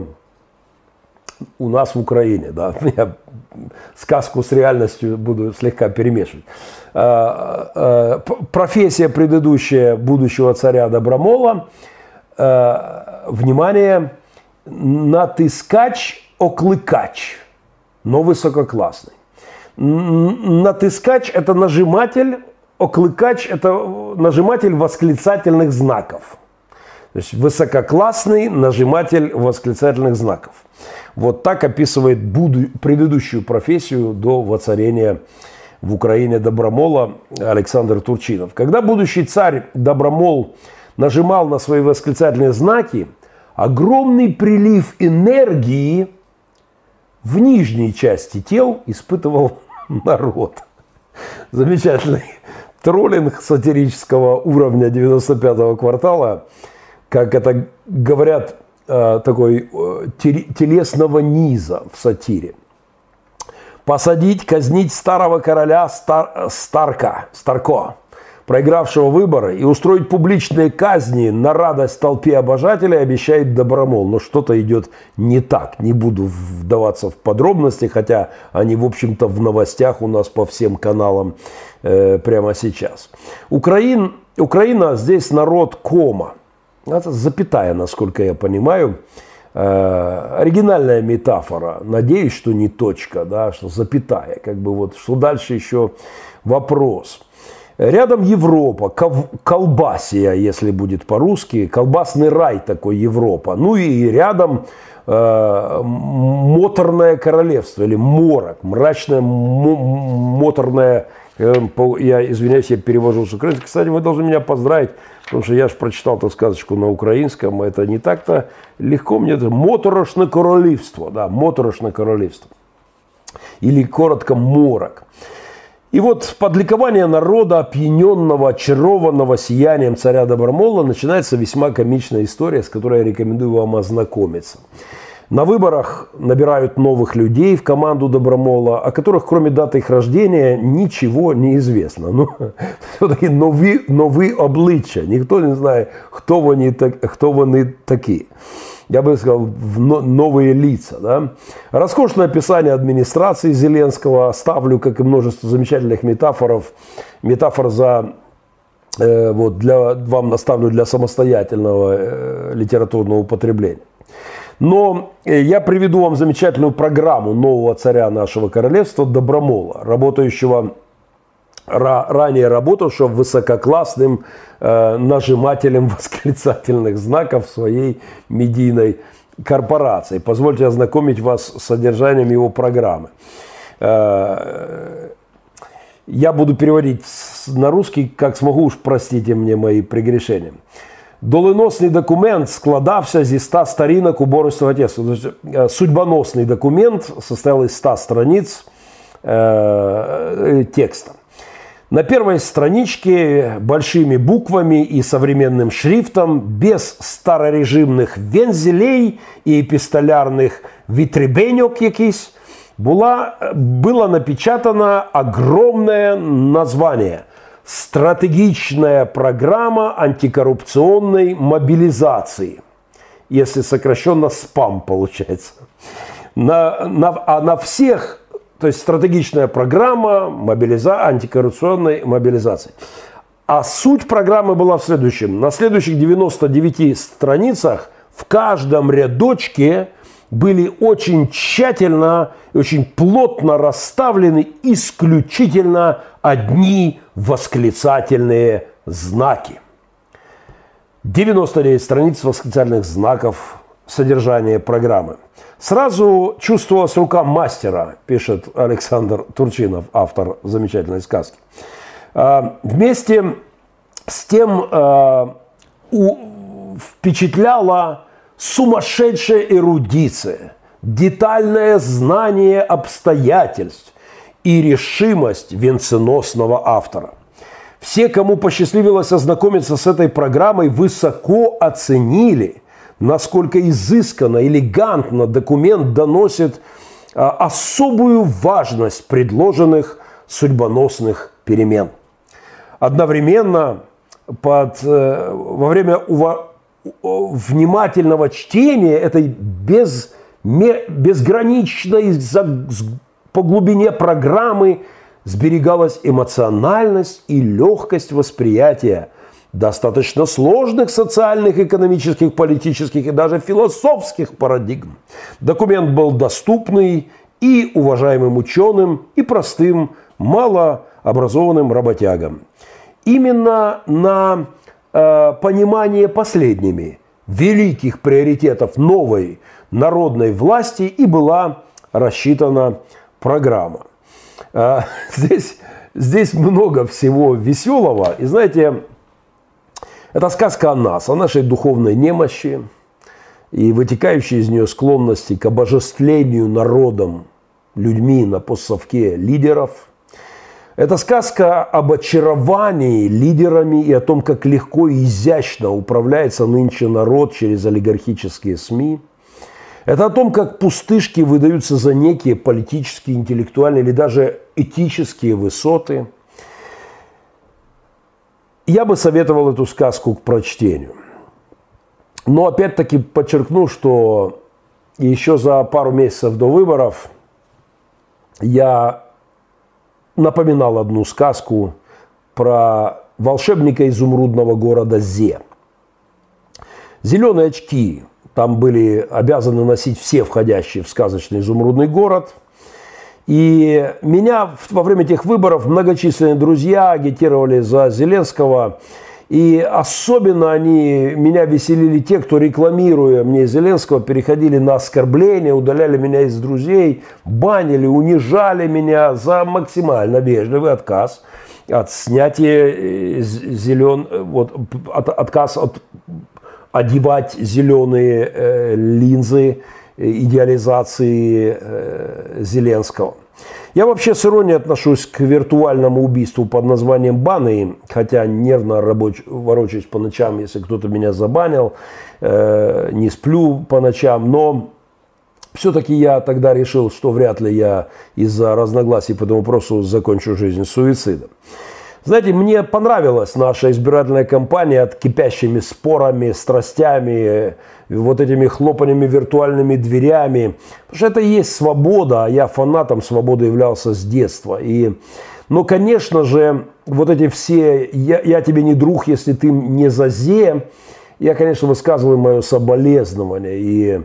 у нас в Украине. Да? Я сказку с реальностью буду слегка перемешивать. Профессия предыдущая будущего царя Добромола, внимание, натискач, окликач, но высококлассный. Натискач – это нажиматель, окликач – это нажиматель восклицательных знаков. То есть высококлассный нажиматель восклицательных знаков. Вот так описывает предыдущую профессию до воцарения в Украине Добромола Александр Турчинов. Когда будущий царь Добромол нажимал на свои восклицательные знаки, огромный прилив энергии в нижней части тел испытывал народ. Замечательный троллинг сатирического уровня 95-го квартала, как это говорят, такой телесного низа в сатире. Посадить, казнить старого короля Старко, проигравшего выборы, и устроить публичные казни на радость толпе обожателей обещает Добромол. Но что-то идет не так. Не буду вдаваться в подробности, хотя они, в общем-то, в новостях у нас по всем каналам прямо сейчас. Украина здесь народ кома. Это запятая, насколько я понимаю. Оригинальная метафора. Надеюсь, что не точка, да, что запятая. Как бы вот, что дальше еще вопрос. Рядом Европа, колбасия, если будет по-русски, колбасный рай такой Европа. Ну и рядом моторное королевство или морок, мрачное моторное, я извиняюсь, я перевожу с украинского. Кстати, вы должны меня поздравить, потому что я же прочитал эту сказочку на украинском, это не так-то легко мне, это моторошное королевство, да, моторошное королевство, или коротко морок. И вот под ликование народа, опьяненного, очарованного сиянием царя Добромола, начинается весьма комичная история, с которой я рекомендую вам ознакомиться. На выборах набирают новых людей в команду Добромола, о которых, кроме даты их рождения, ничего не известно. Ну, все-таки нові обличчя. Никто не знает, кто они такие. Я бы сказал, новые лица. Да? Роскошное описание администрации Зеленского оставлю, как и множество замечательных метафор за Вот вам наставлю для самостоятельного литературного употребления. Но я приведу вам замечательную программу нового царя нашего королевства Добромола, ранее работавшего высококлассным нажимателем восклицательных знаков своей медийной корпорации. Позвольте ознакомить вас с содержанием его программы. Я буду переводить на русский, как смогу, уж простите мне мои прегрешения. Доленосний документ складався зі 100 сторінок уборочного текста. Судьбоносный документ состоял из 100 страниц текста. На первой страничке большими буквами и современным шрифтом, без старорежимных вензелей и эпистолярных витребенек якісь, было напечатано огромное название «Стратегичная программа антикоррупционной мобилизации». Если сокращенно СПАМ получается. На всех, то есть стратегичная программа антикоррупционной мобилизации. А суть программы была в следующем. На следующих 99 страницах в каждом рядочке были очень тщательно и очень плотно расставлены исключительно одни восклицательные знаки. 99 страниц восклицательных знаков содержания программы. Сразу чувствовалась рука мастера, пишет Александр Турчинов, автор замечательной сказки. Вместе с тем впечатляла сумасшедшая эрудиция, детальное знание обстоятельств и решимость венценосного автора. Все, кому посчастливилось ознакомиться с этой программой, высоко оценили, насколько изысканно, элегантно документ доносит особую важность предложенных судьбоносных перемен. Одновременно во время внимательного чтения этой безграничной по глубине программы сберегалась эмоциональность и легкость восприятия достаточно сложных социальных, экономических, политических и даже философских парадигм. Документ был доступный и уважаемым ученым, и простым, малообразованным работягам. Именно на понимание последними великих приоритетов новой народной власти и была рассчитана программа. Здесь много всего веселого. И знаете, это сказка о нас, о нашей духовной немощи и вытекающей из нее склонности к обожествлению народом, людьми на постсовке лидеров. Это сказка об очаровании лидерами и о том, как легко и изящно управляется нынче народ через олигархические СМИ. Это о том, как пустышки выдаются за некие политические, интеллектуальные или даже этические высоты. Я бы советовал эту сказку к прочтению. Но опять-таки подчеркну, что еще за пару месяцев до выборов я напоминал одну сказку про волшебника изумрудного города Зе. Зеленые очки там были обязаны носить все входящие в сказочный изумрудный город. И меня во время тех выборов многочисленные друзья агитировали за Зеленского. И особенно меня веселили те, кто, рекламируя мне Зеленского, переходили на оскорбления, удаляли меня из друзей, банили, унижали меня за максимально вежливый отказ от снятия отказ от одевать зеленые линзы идеализации Зеленского. Я вообще с иронией отношусь к виртуальному убийству под названием баны, хотя нервно ворочаюсь по ночам, если кто-то меня забанил, не сплю по ночам, но все-таки я тогда решил, что вряд ли я из-за разногласий по этому вопросу закончу жизнь суицидом. Знаете, мне понравилась наша избирательная кампания от кипящими спорами, страстями, вот этими хлопаниями виртуальными дверями. Потому что это и есть свобода, а я фанатом свободы являлся с детства. Но, конечно же, вот эти все «я тебе не друг, если ты не зазе», я, конечно, высказываю мое соболезнование. И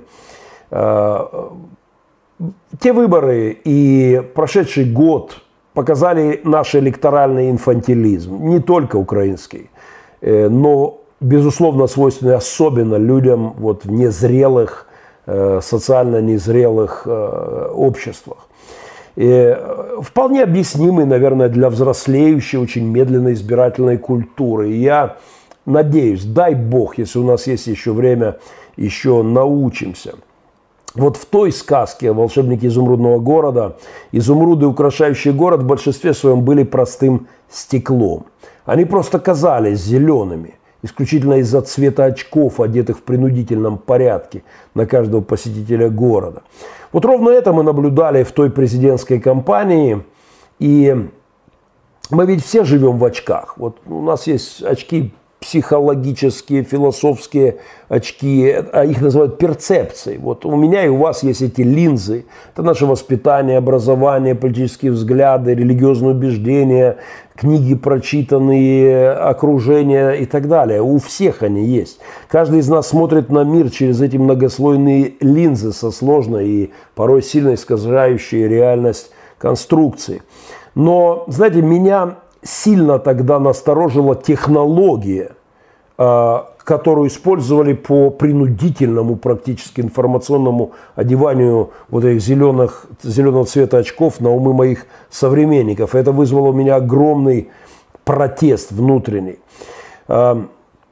те выборы и прошедший год показали наш электоральный инфантилизм, не только украинский, но, безусловно, свойственный особенно людям вот в незрелых, социально незрелых обществах. И вполне объяснимый, наверное, для взрослеющей, очень медленной избирательной культуры. И я надеюсь, дай бог, если у нас есть еще время, еще научимся. Вот в той сказке «Волшебники изумрудного города» изумруды, украшающие город, в большинстве своем были простым стеклом. Они просто казались зелеными, исключительно из-за цвета очков, одетых в принудительном порядке на каждого посетителя города. Вот ровно это мы наблюдали в той президентской кампании. И мы ведь все живем в очках. Вот у нас есть очки психологические, философские очки, а их называют перцепцией. Вот у меня и у вас есть эти линзы. Это наше воспитание, образование, политические взгляды, религиозные убеждения, книги прочитанные, окружение и так далее. У всех они есть. Каждый из нас смотрит на мир через эти многослойные линзы со сложной и порой сильно искажающей реальность конструкции. Но, знаете, меня сильно тогда насторожила технология, которую использовали по принудительному практически информационному одеванию вот этих зеленого цвета очков на умы моих современников. Это вызвало у меня огромный протест внутренний. Я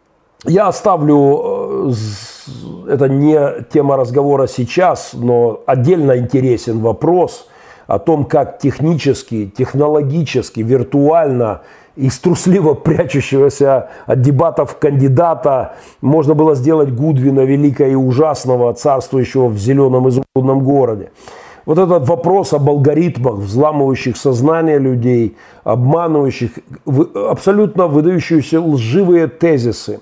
оставлю, это не тема разговора сейчас, но отдельно интересен вопрос о том, как технически, технологически, виртуально из трусливо прячущегося от дебатов кандидата можно было сделать Гудвина, великого и ужасного, царствующего в зеленом изумрудном городе. Вот этот вопрос об алгоритмах, взламывающих сознание людей, обманывающих, абсолютно выдающиеся лживые тезисы.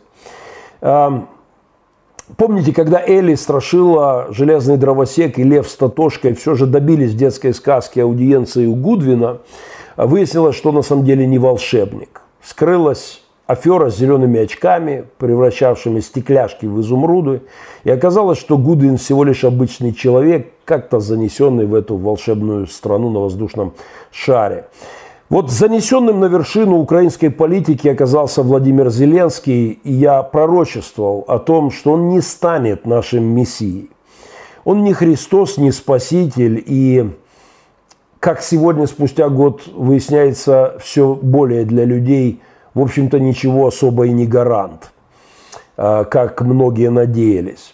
Помните, когда Элли Страшила, Железный дровосек и Лев с Татошкой все же добились в детской сказке аудиенции у Гудвина, выяснилось, что на самом деле не волшебник. Скрылась афера с зелеными очками, превращавшими стекляшки в изумруды. И оказалось, что Гудвин всего лишь обычный человек, как-то занесенный в эту волшебную страну на воздушном шаре. Вот занесенным на вершину украинской политики оказался Владимир Зеленский, и я пророчествовал о том, что он не станет нашим мессией. Он не Христос, не Спаситель, и, как сегодня, спустя год, выясняется все более для людей, в общем-то, ничего особо и не гарант, как многие надеялись.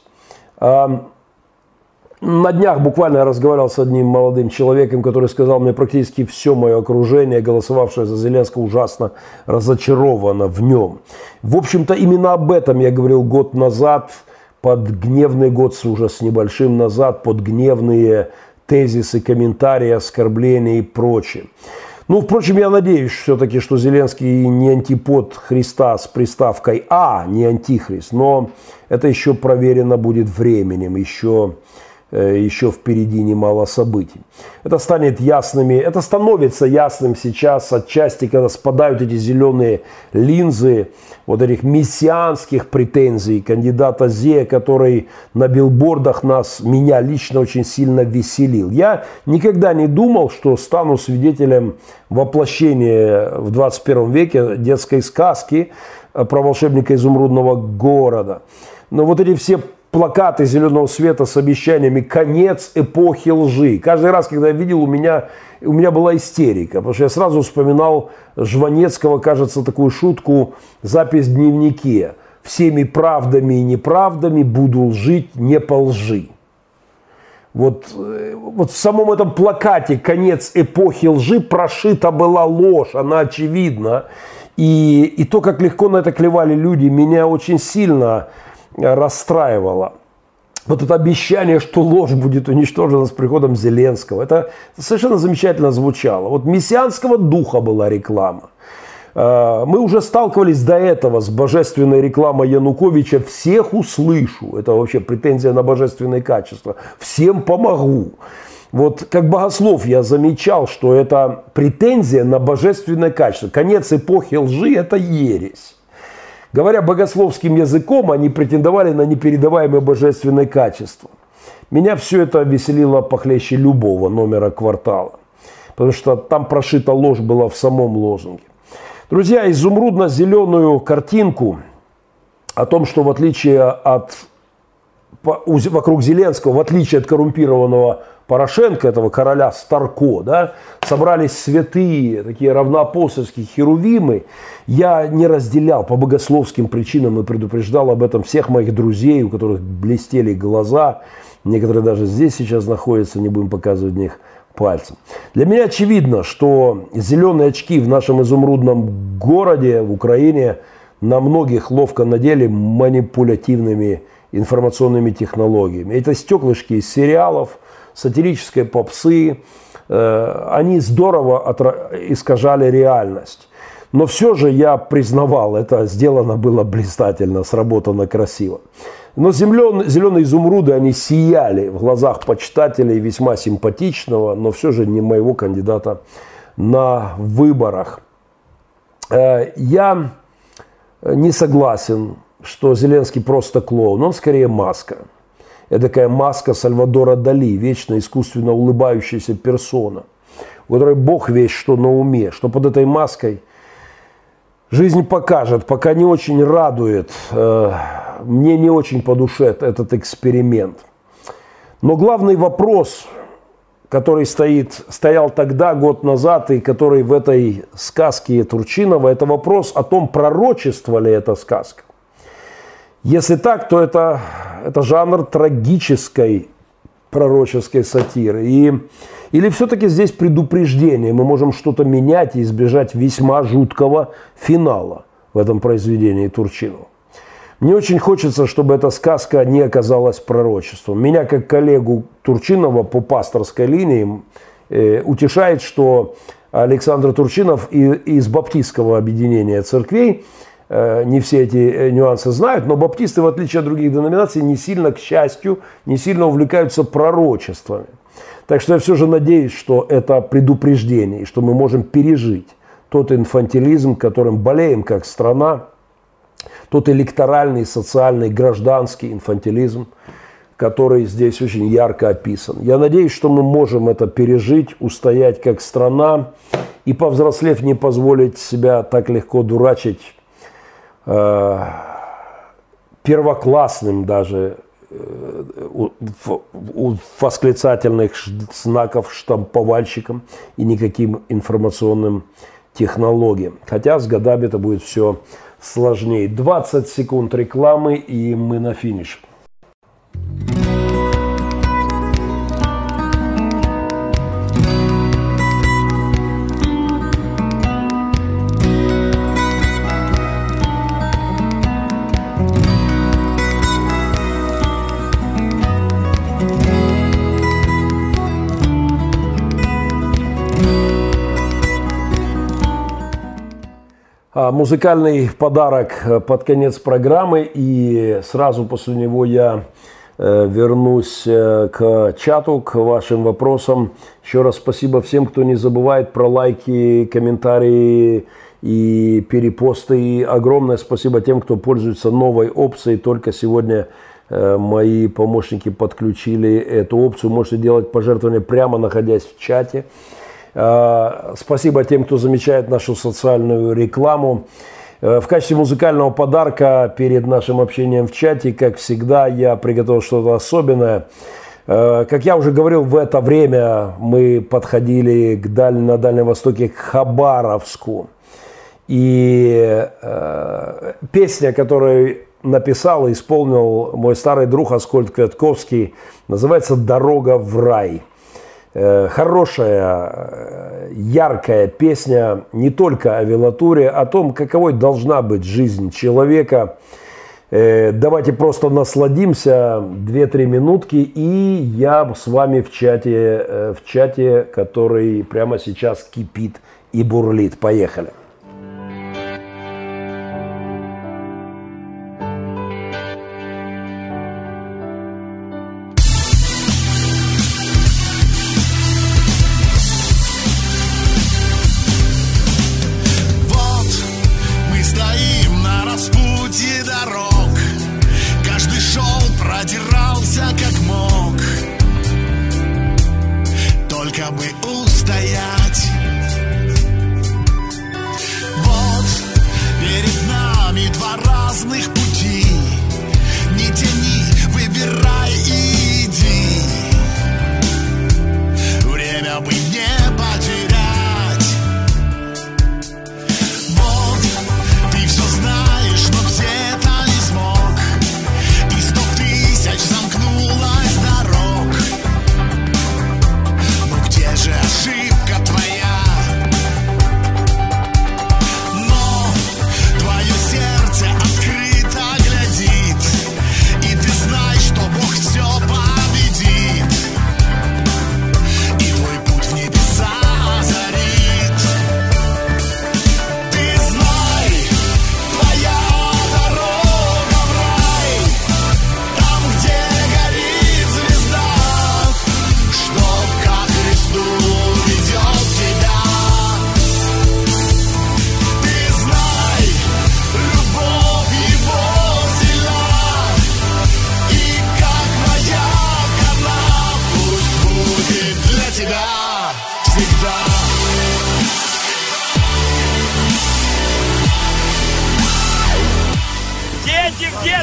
На днях буквально я разговаривал с одним молодым человеком, который сказал мне, практически все мое окружение, голосовавшее за Зеленского, ужасно разочаровано в нем. В общем-то, именно об этом я говорил год назад, под гневный год уже с небольшим назад, под гневные тезисы, комментарии, оскорбления и прочее. Ну, впрочем, я надеюсь все-таки, что Зеленский не антипод Христа с приставкой «а», не антихрист, но это еще проверено будет временем, еще впереди немало событий. Это становится ясным сейчас отчасти, когда спадают эти зеленые линзы вот этих мессианских претензий кандидата Зе, который на билбордах меня лично очень сильно веселил. Я никогда не думал, что стану свидетелем воплощения в 21 веке детской сказки про волшебника изумрудного города. Но вот эти все плакаты зеленого света с обещаниями «конец эпохи лжи». Каждый раз, когда я видел, у меня была истерика, потому что я сразу вспоминал Жванецкого, кажется, такую шутку, запись в дневнике: «Всеми правдами и неправдами буду жить не по лжи». Вот в самом этом плакате «Конец эпохи лжи» прошита была ложь, она очевидна. И то, как легко на это клевали люди, меня очень сильно расстраивало. Вот это обещание, что ложь будет уничтожена с приходом Зеленского, это совершенно замечательно звучало. Вот мессианского духа была реклама. Мы уже сталкивались до этого с божественной рекламой Януковича «всех услышу». Это вообще претензия на божественные качества. «Всем помогу». Вот как богослов я замечал, что это претензия на божественное качество. Конец эпохи лжи – это ересь. Говоря богословским языком, они претендовали на непередаваемое божественное качество. Меня все это веселило похлеще любого номера «Квартала». Потому что там прошита ложь была в самом лозунге. Друзья, изумрудно-зеленую картинку о том, что в отличие от вокруг Зеленского, в отличие от коррумпированного Порошенко, этого короля Старко, да, собрались святые, такие равноапостольские херувимы, я не разделял по богословским причинам и предупреждал об этом всех моих друзей, у которых блестели глаза, некоторые даже здесь сейчас находятся, не будем показывать в них пальцем. Для меня очевидно, что зеленые очки в нашем изумрудном городе, в Украине, на многих ловко надели манипулятивными информационными технологиями. Это стеклышки из сериалов, сатирической попсы, они здорово искажали реальность. Но все же я признавал, это сделано было блистательно, сработано красиво. Но зеленые изумруды, они сияли в глазах почитателей весьма симпатичного, но все же не моего кандидата на выборах. Я не согласен, что Зеленский просто клоун, он скорее маска. Эдакая маска Сальвадора Дали, вечно искусственно улыбающаяся персона, у которой Бог весть что на уме, что под этой маской жизнь покажет, пока не очень радует, мне не очень по душе этот эксперимент. Но главный вопрос, который стоял тогда, год назад, и который в этой сказке Турчинова, это вопрос о том, пророчества ли эта сказка. Если так, то это жанр трагической пророческой сатиры. Или все-таки здесь предупреждение, мы можем что-то менять и избежать весьма жуткого финала в этом произведении Турчинова. Мне очень хочется, чтобы эта сказка не оказалась пророчеством. Меня, как коллегу Турчинова по пасторской линии, утешает, что Александр Турчинов из баптистского объединения церквей, не все эти нюансы знают, но баптисты, в отличие от других деноминаций, не сильно, к счастью, не сильно увлекаются пророчествами. Так что я все же надеюсь, что это предупреждение, и что мы можем пережить тот инфантилизм, которым болеем как страна, тот электоральный, социальный, гражданский инфантилизм, который здесь очень ярко описан. Я надеюсь, что мы можем это пережить, устоять как страна и, повзрослев, не позволить себя так легко дурачить первоклассным даже восклицательных знаков штамповальщикам и никаким информационным технологиям. Хотя с годами это будет все сложнее. 20 секунд рекламы, и мы на финише. Музыкальный подарок под конец программы, и сразу после него я вернусь к чату, к вашим вопросам. Еще раз спасибо всем, кто не забывает про лайки, комментарии и перепосты. И огромное спасибо тем, кто пользуется новой опцией. Только сегодня мои помощники подключили эту опцию. Можете делать пожертвования прямо находясь в чате. Спасибо тем, кто замечает нашу социальную рекламу. В качестве музыкального подарка перед нашим общением в чате, как всегда, я приготовил что-то особенное. Как я уже говорил, в это время мы подходили на Дальнем Востоке к Хабаровску. И песня, которую написал и исполнил мой старый друг Аскольд Квятковский, называется «Дорога в рай». Хорошая, яркая песня не только о велатуре, о том, каковой должна быть жизнь человека. Давайте просто насладимся 2-3 минутки, и я с вами в чате, который прямо сейчас кипит и бурлит. Поехали.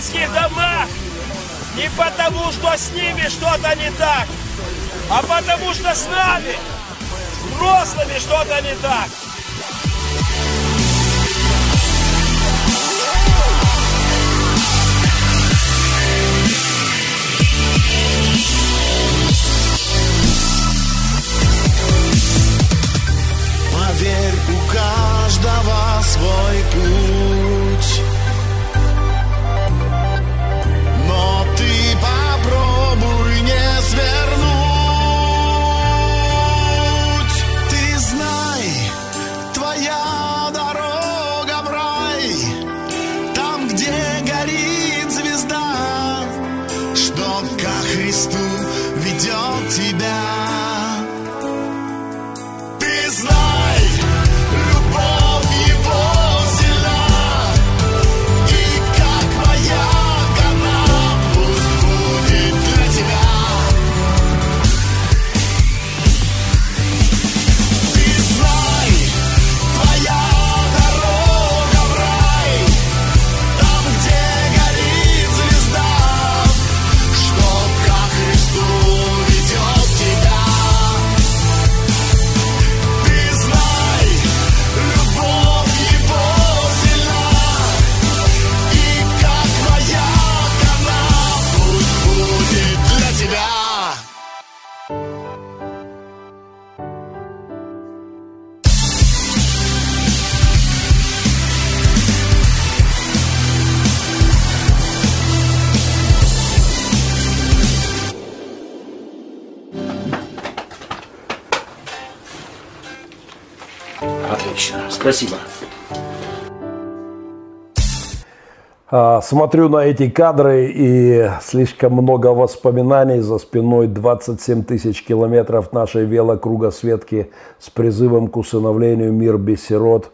детских домах не потому, что с ними что-то не так, а потому что с нами, взрослыми, что-то не так. Поверь, у каждого свой путь, но ты попробуй не свернуть. Ты знай, твоя дорога в рай, там, где горит звезда, что ко Христу ведет тебя. Ты знай, любовь Его сильна, и как маяк она пусть будет для тебя. Ты знай, твоя дорога в рай, там, где горит звезда, что ко Христу ведет тебя. Ты знай, любовь Его сильна, и как маяк она пусть будет для тебя. Отлично, спасибо. Смотрю на эти кадры, и слишком много воспоминаний. За спиной 27 тысяч километров нашей велокругосветки с призывом к усыновлению «Мир без сирот».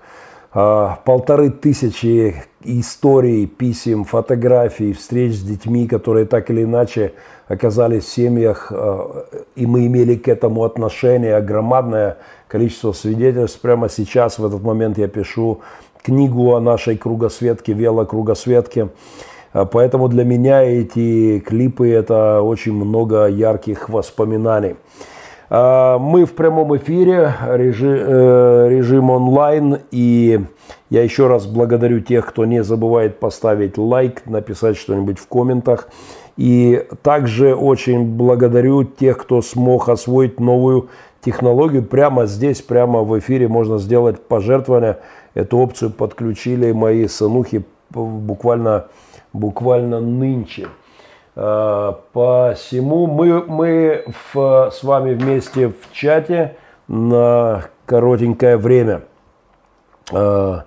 1500 историй, писем, фотографий, встреч с детьми, которые так или иначе оказались в семьях, и мы имели к этому отношение. Громадное количество свидетельств. Прямо сейчас, в этот момент, я пишу книгу о нашей кругосветке, велокругосветке. Поэтому для меня эти клипы – это очень много ярких воспоминаний. Мы в прямом эфире, режим онлайн, и я еще раз благодарю тех, кто не забывает поставить лайк, написать что-нибудь в комментах. И также очень благодарю тех, кто смог освоить новую технологию. Прямо здесь, прямо в эфире можно сделать пожертвование. Эту опцию подключили мои сынухи буквально нынче. Посему мы с вами вместе в чате на коротенькое время. Так.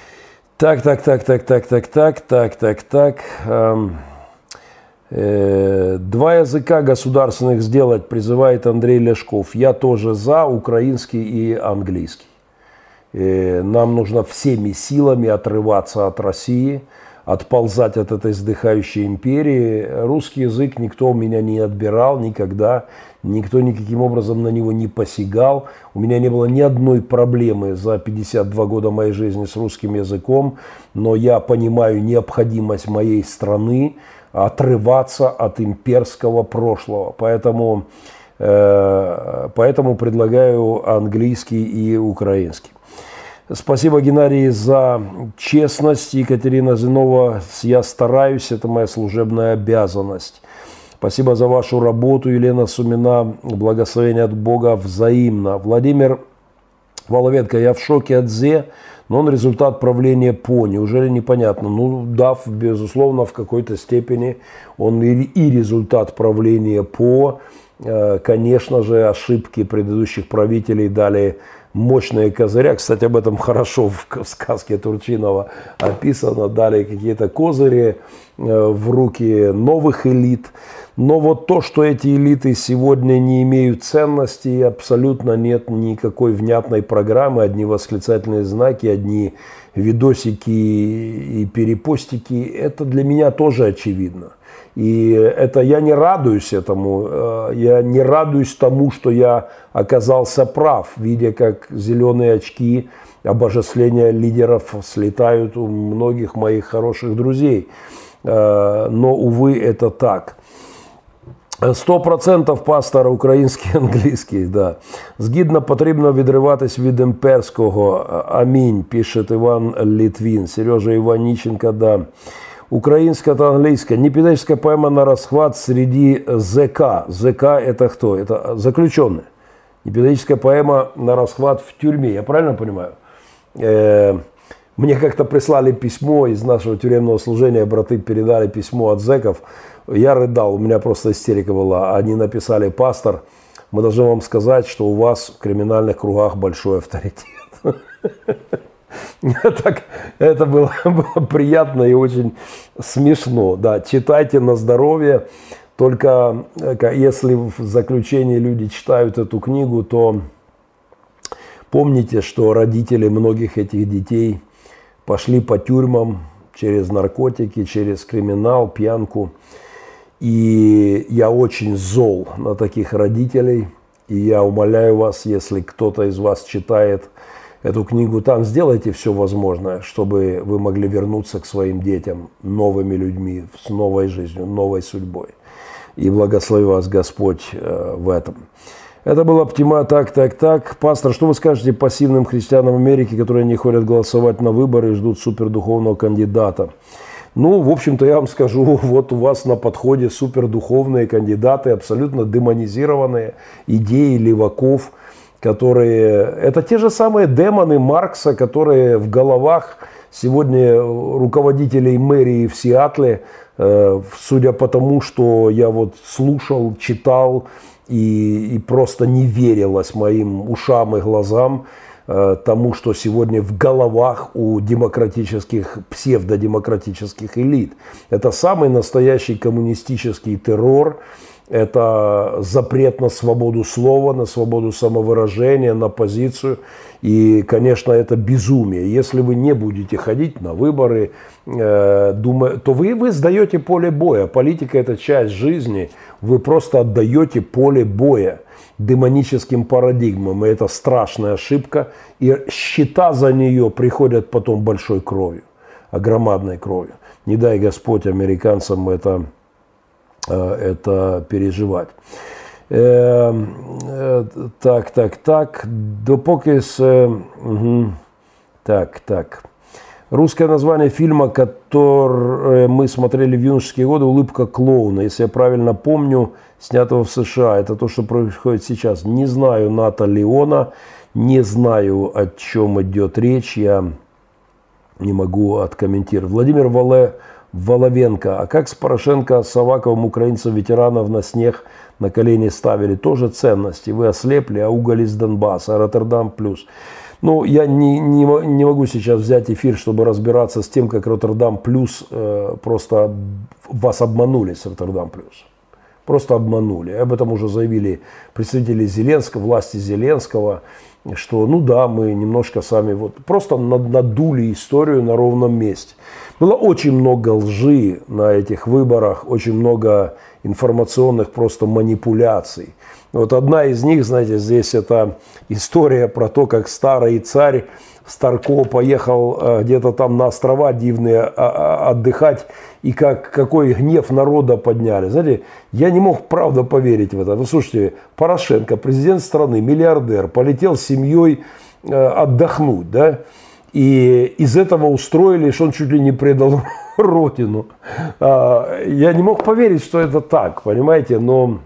Два языка государственных сделать призывает Андрей Ляшков. Я тоже за украинский и английский. Нам нужно всеми силами отрываться от России, отползать от этой сдыхающей империи. Русский язык никто у меня не отбирал никогда, никто никаким образом на него не посягал. У меня не было ни одной проблемы за 52 года моей жизни с русским языком, но я понимаю необходимость моей страны отрываться от имперского прошлого. Поэтому предлагаю английский и украинский. Спасибо, Геннадий, за честность. Екатерина Зинова, я стараюсь, это моя служебная обязанность. Спасибо за вашу работу, Елена Сумина, благословение от Бога взаимно. Владимир Воловенко, я в шоке от Зе, но он результат правления По. Неужели непонятно? Ну да, безусловно, в какой-то степени он и результат правления По. Конечно же, ошибки предыдущих правителей дали мощные козыря. Кстати, об этом хорошо в сказке Турчинова описано. Дали какие-то козыри в руки новых элит. Но вот то, что эти элиты сегодня не имеют ценности, абсолютно нет никакой внятной программы. Одни восклицательные знаки, одни видосики и перепостики. Это для меня тоже очевидно. И это я не радуюсь этому, я не радуюсь тому, что я оказался прав, видя, как зеленые очки обожествления лидеров слетают у многих моих хороших друзей. но, увы, это так. 100% пастора український, англійський, да. Згідно потрібно відриватись від імперського. Амінь, пише Іван Литвин. Сережа Иваниченко, да. Украинская та английская. Непедагогическая поэма на расхват среди ЗК. ЗК это кто? Это заключенные. Непедагогическая поэма на расхват в тюрьме. Я правильно понимаю? Мне как-то прислали письмо из нашего тюремного служения, браты передали письмо от зэков. Я рыдал, у меня просто истерика была. Они написали: пастор, мы должны вам сказать, что у вас в криминальных кругах большой авторитет. Это было приятно и очень смешно. Да, читайте на здоровье. Только если в заключении люди читают эту книгу, то помните, что родители многих этих детей пошли по тюрьмам через наркотики, через криминал, пьянку. И я очень зол на таких родителей. И я умоляю вас, если кто-то из вас читает эту книгу там, сделайте все возможное, чтобы вы могли вернуться к своим детям новыми людьми, с новой жизнью, новой судьбой. И благослови вас Господь в этом. Это был Оптима. Так. Пастор, что вы скажете пассивным христианам Америки, которые не ходят голосовать на выборы и ждут супердуховного кандидата? Ну, в общем-то, я вам скажу, вот у вас на подходе супердуховные кандидаты, абсолютно демонизированные идеи леваков, которые... Это те же самые демоны Маркса, которые в головах сегодня руководителей мэрии в Сиэтле, судя по тому, что я вот слушал, читал и просто не верилось моим ушам и глазам, тому, что сегодня в головах у демократических, псевдодемократических элит. Это самый настоящий коммунистический террор. Это запрет на свободу слова, на свободу самовыражения, на позицию. И, конечно, это безумие. Если вы не будете ходить на выборы, то вы сдаете поле боя. Политика – это часть жизни. Вы просто отдаете поле боя демоническим парадигмам. И это страшная ошибка. И счета за нее приходят потом большой кровью, громадной кровью. Не дай Господь американцам это переживать. Так. Допоки Так. Русское название фильма, который мы смотрели в юношеские годы, «Улыбка клоуна», если я правильно помню, снятого в США. Это то, что происходит сейчас. Не знаю Ната Леона, не знаю, о чем идет речь, я не могу откомментировать. Владимир Воловенко. А как с Порошенко, с Аваковым, украинцев, ветеранов на снег на колени ставили? Тоже ценности. Вы ослепли, а уголь из Донбасса, Роттердам плюс. Ну, я не могу сейчас взять эфир, чтобы разбираться с тем, как Роттердам плюс просто вас обманули с Роттердам плюс. Просто обманули. Об этом уже заявили представители Зеленского, власти Зеленского, что ну да, мы немножко сами вот просто надули историю на ровном месте. Было очень много лжи на этих выборах, очень много информационных просто манипуляций. Вот одна из них, знаете, здесь это история про то, как старый царь Старко поехал где-то там на острова дивные отдыхать, и какой гнев народа подняли. Знаете, я не мог, правда, поверить в это. Вы слушайте, Порошенко, президент страны, миллиардер, полетел с семьей отдохнуть, да? И из этого устроили, что он чуть ли не предал родину. Я не мог поверить, что это так, понимаете, но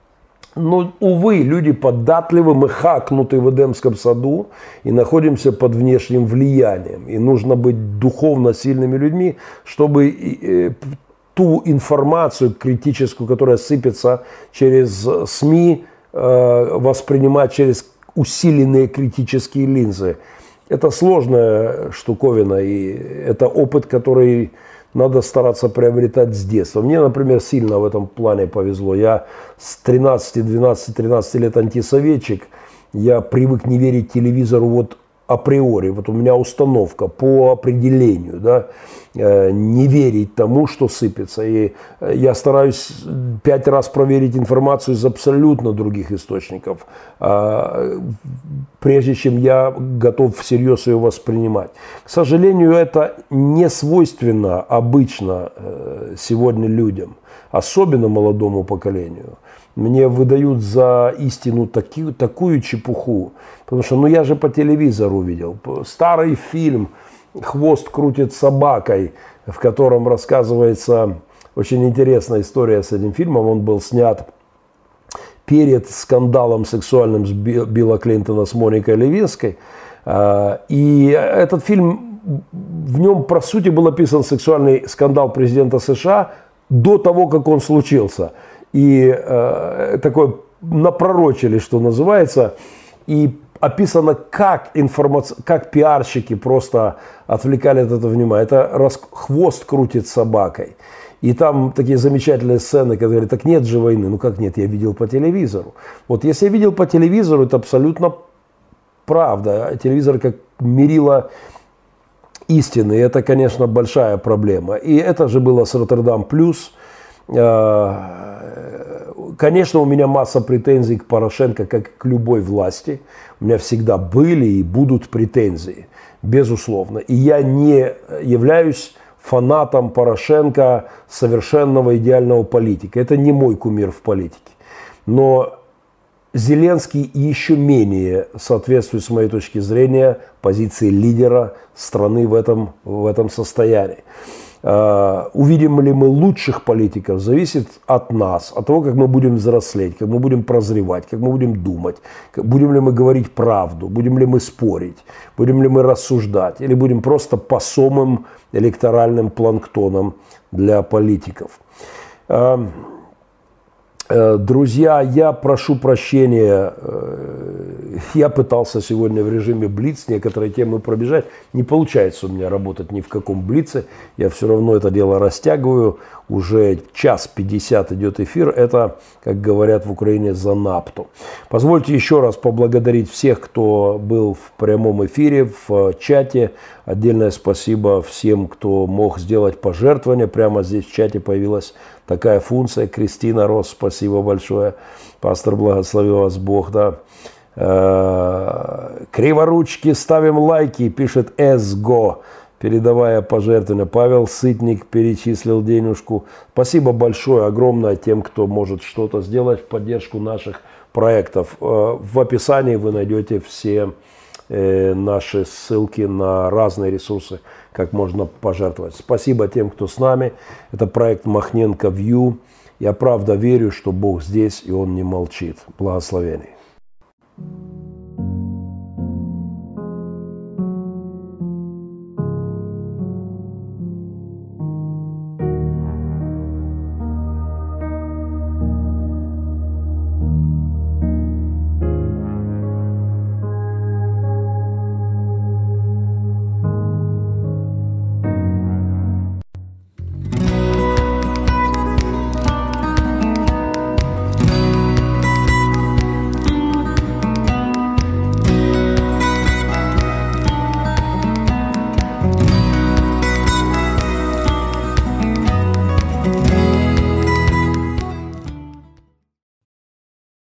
увы, люди податливы, мы хакнуты в Эдемском саду и находимся под внешним влиянием. И нужно быть духовно сильными людьми, чтобы ту информацию критическую, которая сыпется через СМИ, воспринимать через усиленные критические линзы. Это сложная штуковина, и это опыт, который надо стараться приобретать с детства. Мне, например, сильно в этом плане повезло. Я с 13 лет антисоветчик. Я привык не верить телевизору вот априори, вот у меня установка по определению, да, не верить тому, что сыпется. И я стараюсь 5 раз проверить информацию из абсолютно других источников, прежде чем я готов всерьез ее воспринимать. К сожалению, это не свойственно обычно сегодня людям, особенно молодому поколению. Мне выдают за истину такую чепуху, потому что я же по телевизору видел старый фильм «Хвост крутит собакой», в котором рассказывается очень интересная история с этим фильмом. Он был снят перед скандалом сексуальным с Билла Клинтона с Моникой Левинской. И этот фильм, в нем, по сути, был описан сексуальный скандал президента США до того, как он случился. И такое напророчили, что называется, и описано, как пиарщики просто отвлекали от этого внимания. Это «Хвост крутит собакой». И там такие замечательные сцены, когда говорят, так нет же войны. Ну как нет, я видел по телевизору. Вот если я видел по телевизору, это абсолютно правда. Телевизор как мерило истины, это, конечно, большая проблема. И это же было с Роттердам плюс. Конечно, у меня масса претензий к Порошенко, как к любой власти. У меня всегда были и будут претензии, безусловно. И я не являюсь фанатом Порошенко, совершенного идеального политика. Это не мой кумир в политике. Но Зеленский еще менее соответствует, с моей точки зрения, позиции лидера страны в этом состоянии. Увидим ли мы лучших политиков, зависит от нас, от того, как мы будем взрослеть, как мы будем прозревать, как мы будем думать, будем ли мы говорить правду, будем ли мы спорить, будем ли мы рассуждать, или будем просто посомым электоральным планктоном для политиков. Друзья, я прошу прощения, я пытался сегодня в режиме блиц некоторые темы пробежать. Не получается у меня работать ни в каком блице, я все равно это дело растягиваю. Уже 1:50 идет эфир, это, как говорят в Украине, занапто. Позвольте еще раз поблагодарить всех, кто был в прямом эфире, в чате. Отдельное спасибо всем, кто мог сделать пожертвование. Прямо здесь в чате появилась такая функция. Кристина Рос, спасибо большое. Пастор, благослови вас Бог, да. Криворучки, ставим лайки, пишет Эсго, передавая пожертвования. Павел Сытник перечислил денежку. Спасибо большое, огромное тем, кто может что-то сделать в поддержку наших проектов. В описании вы найдете все наши ссылки на разные ресурсы, как можно пожертвовать. Спасибо тем, кто с нами. Это проект Махненко View. Я правда верю, что Бог здесь, и Он не молчит. Благословений.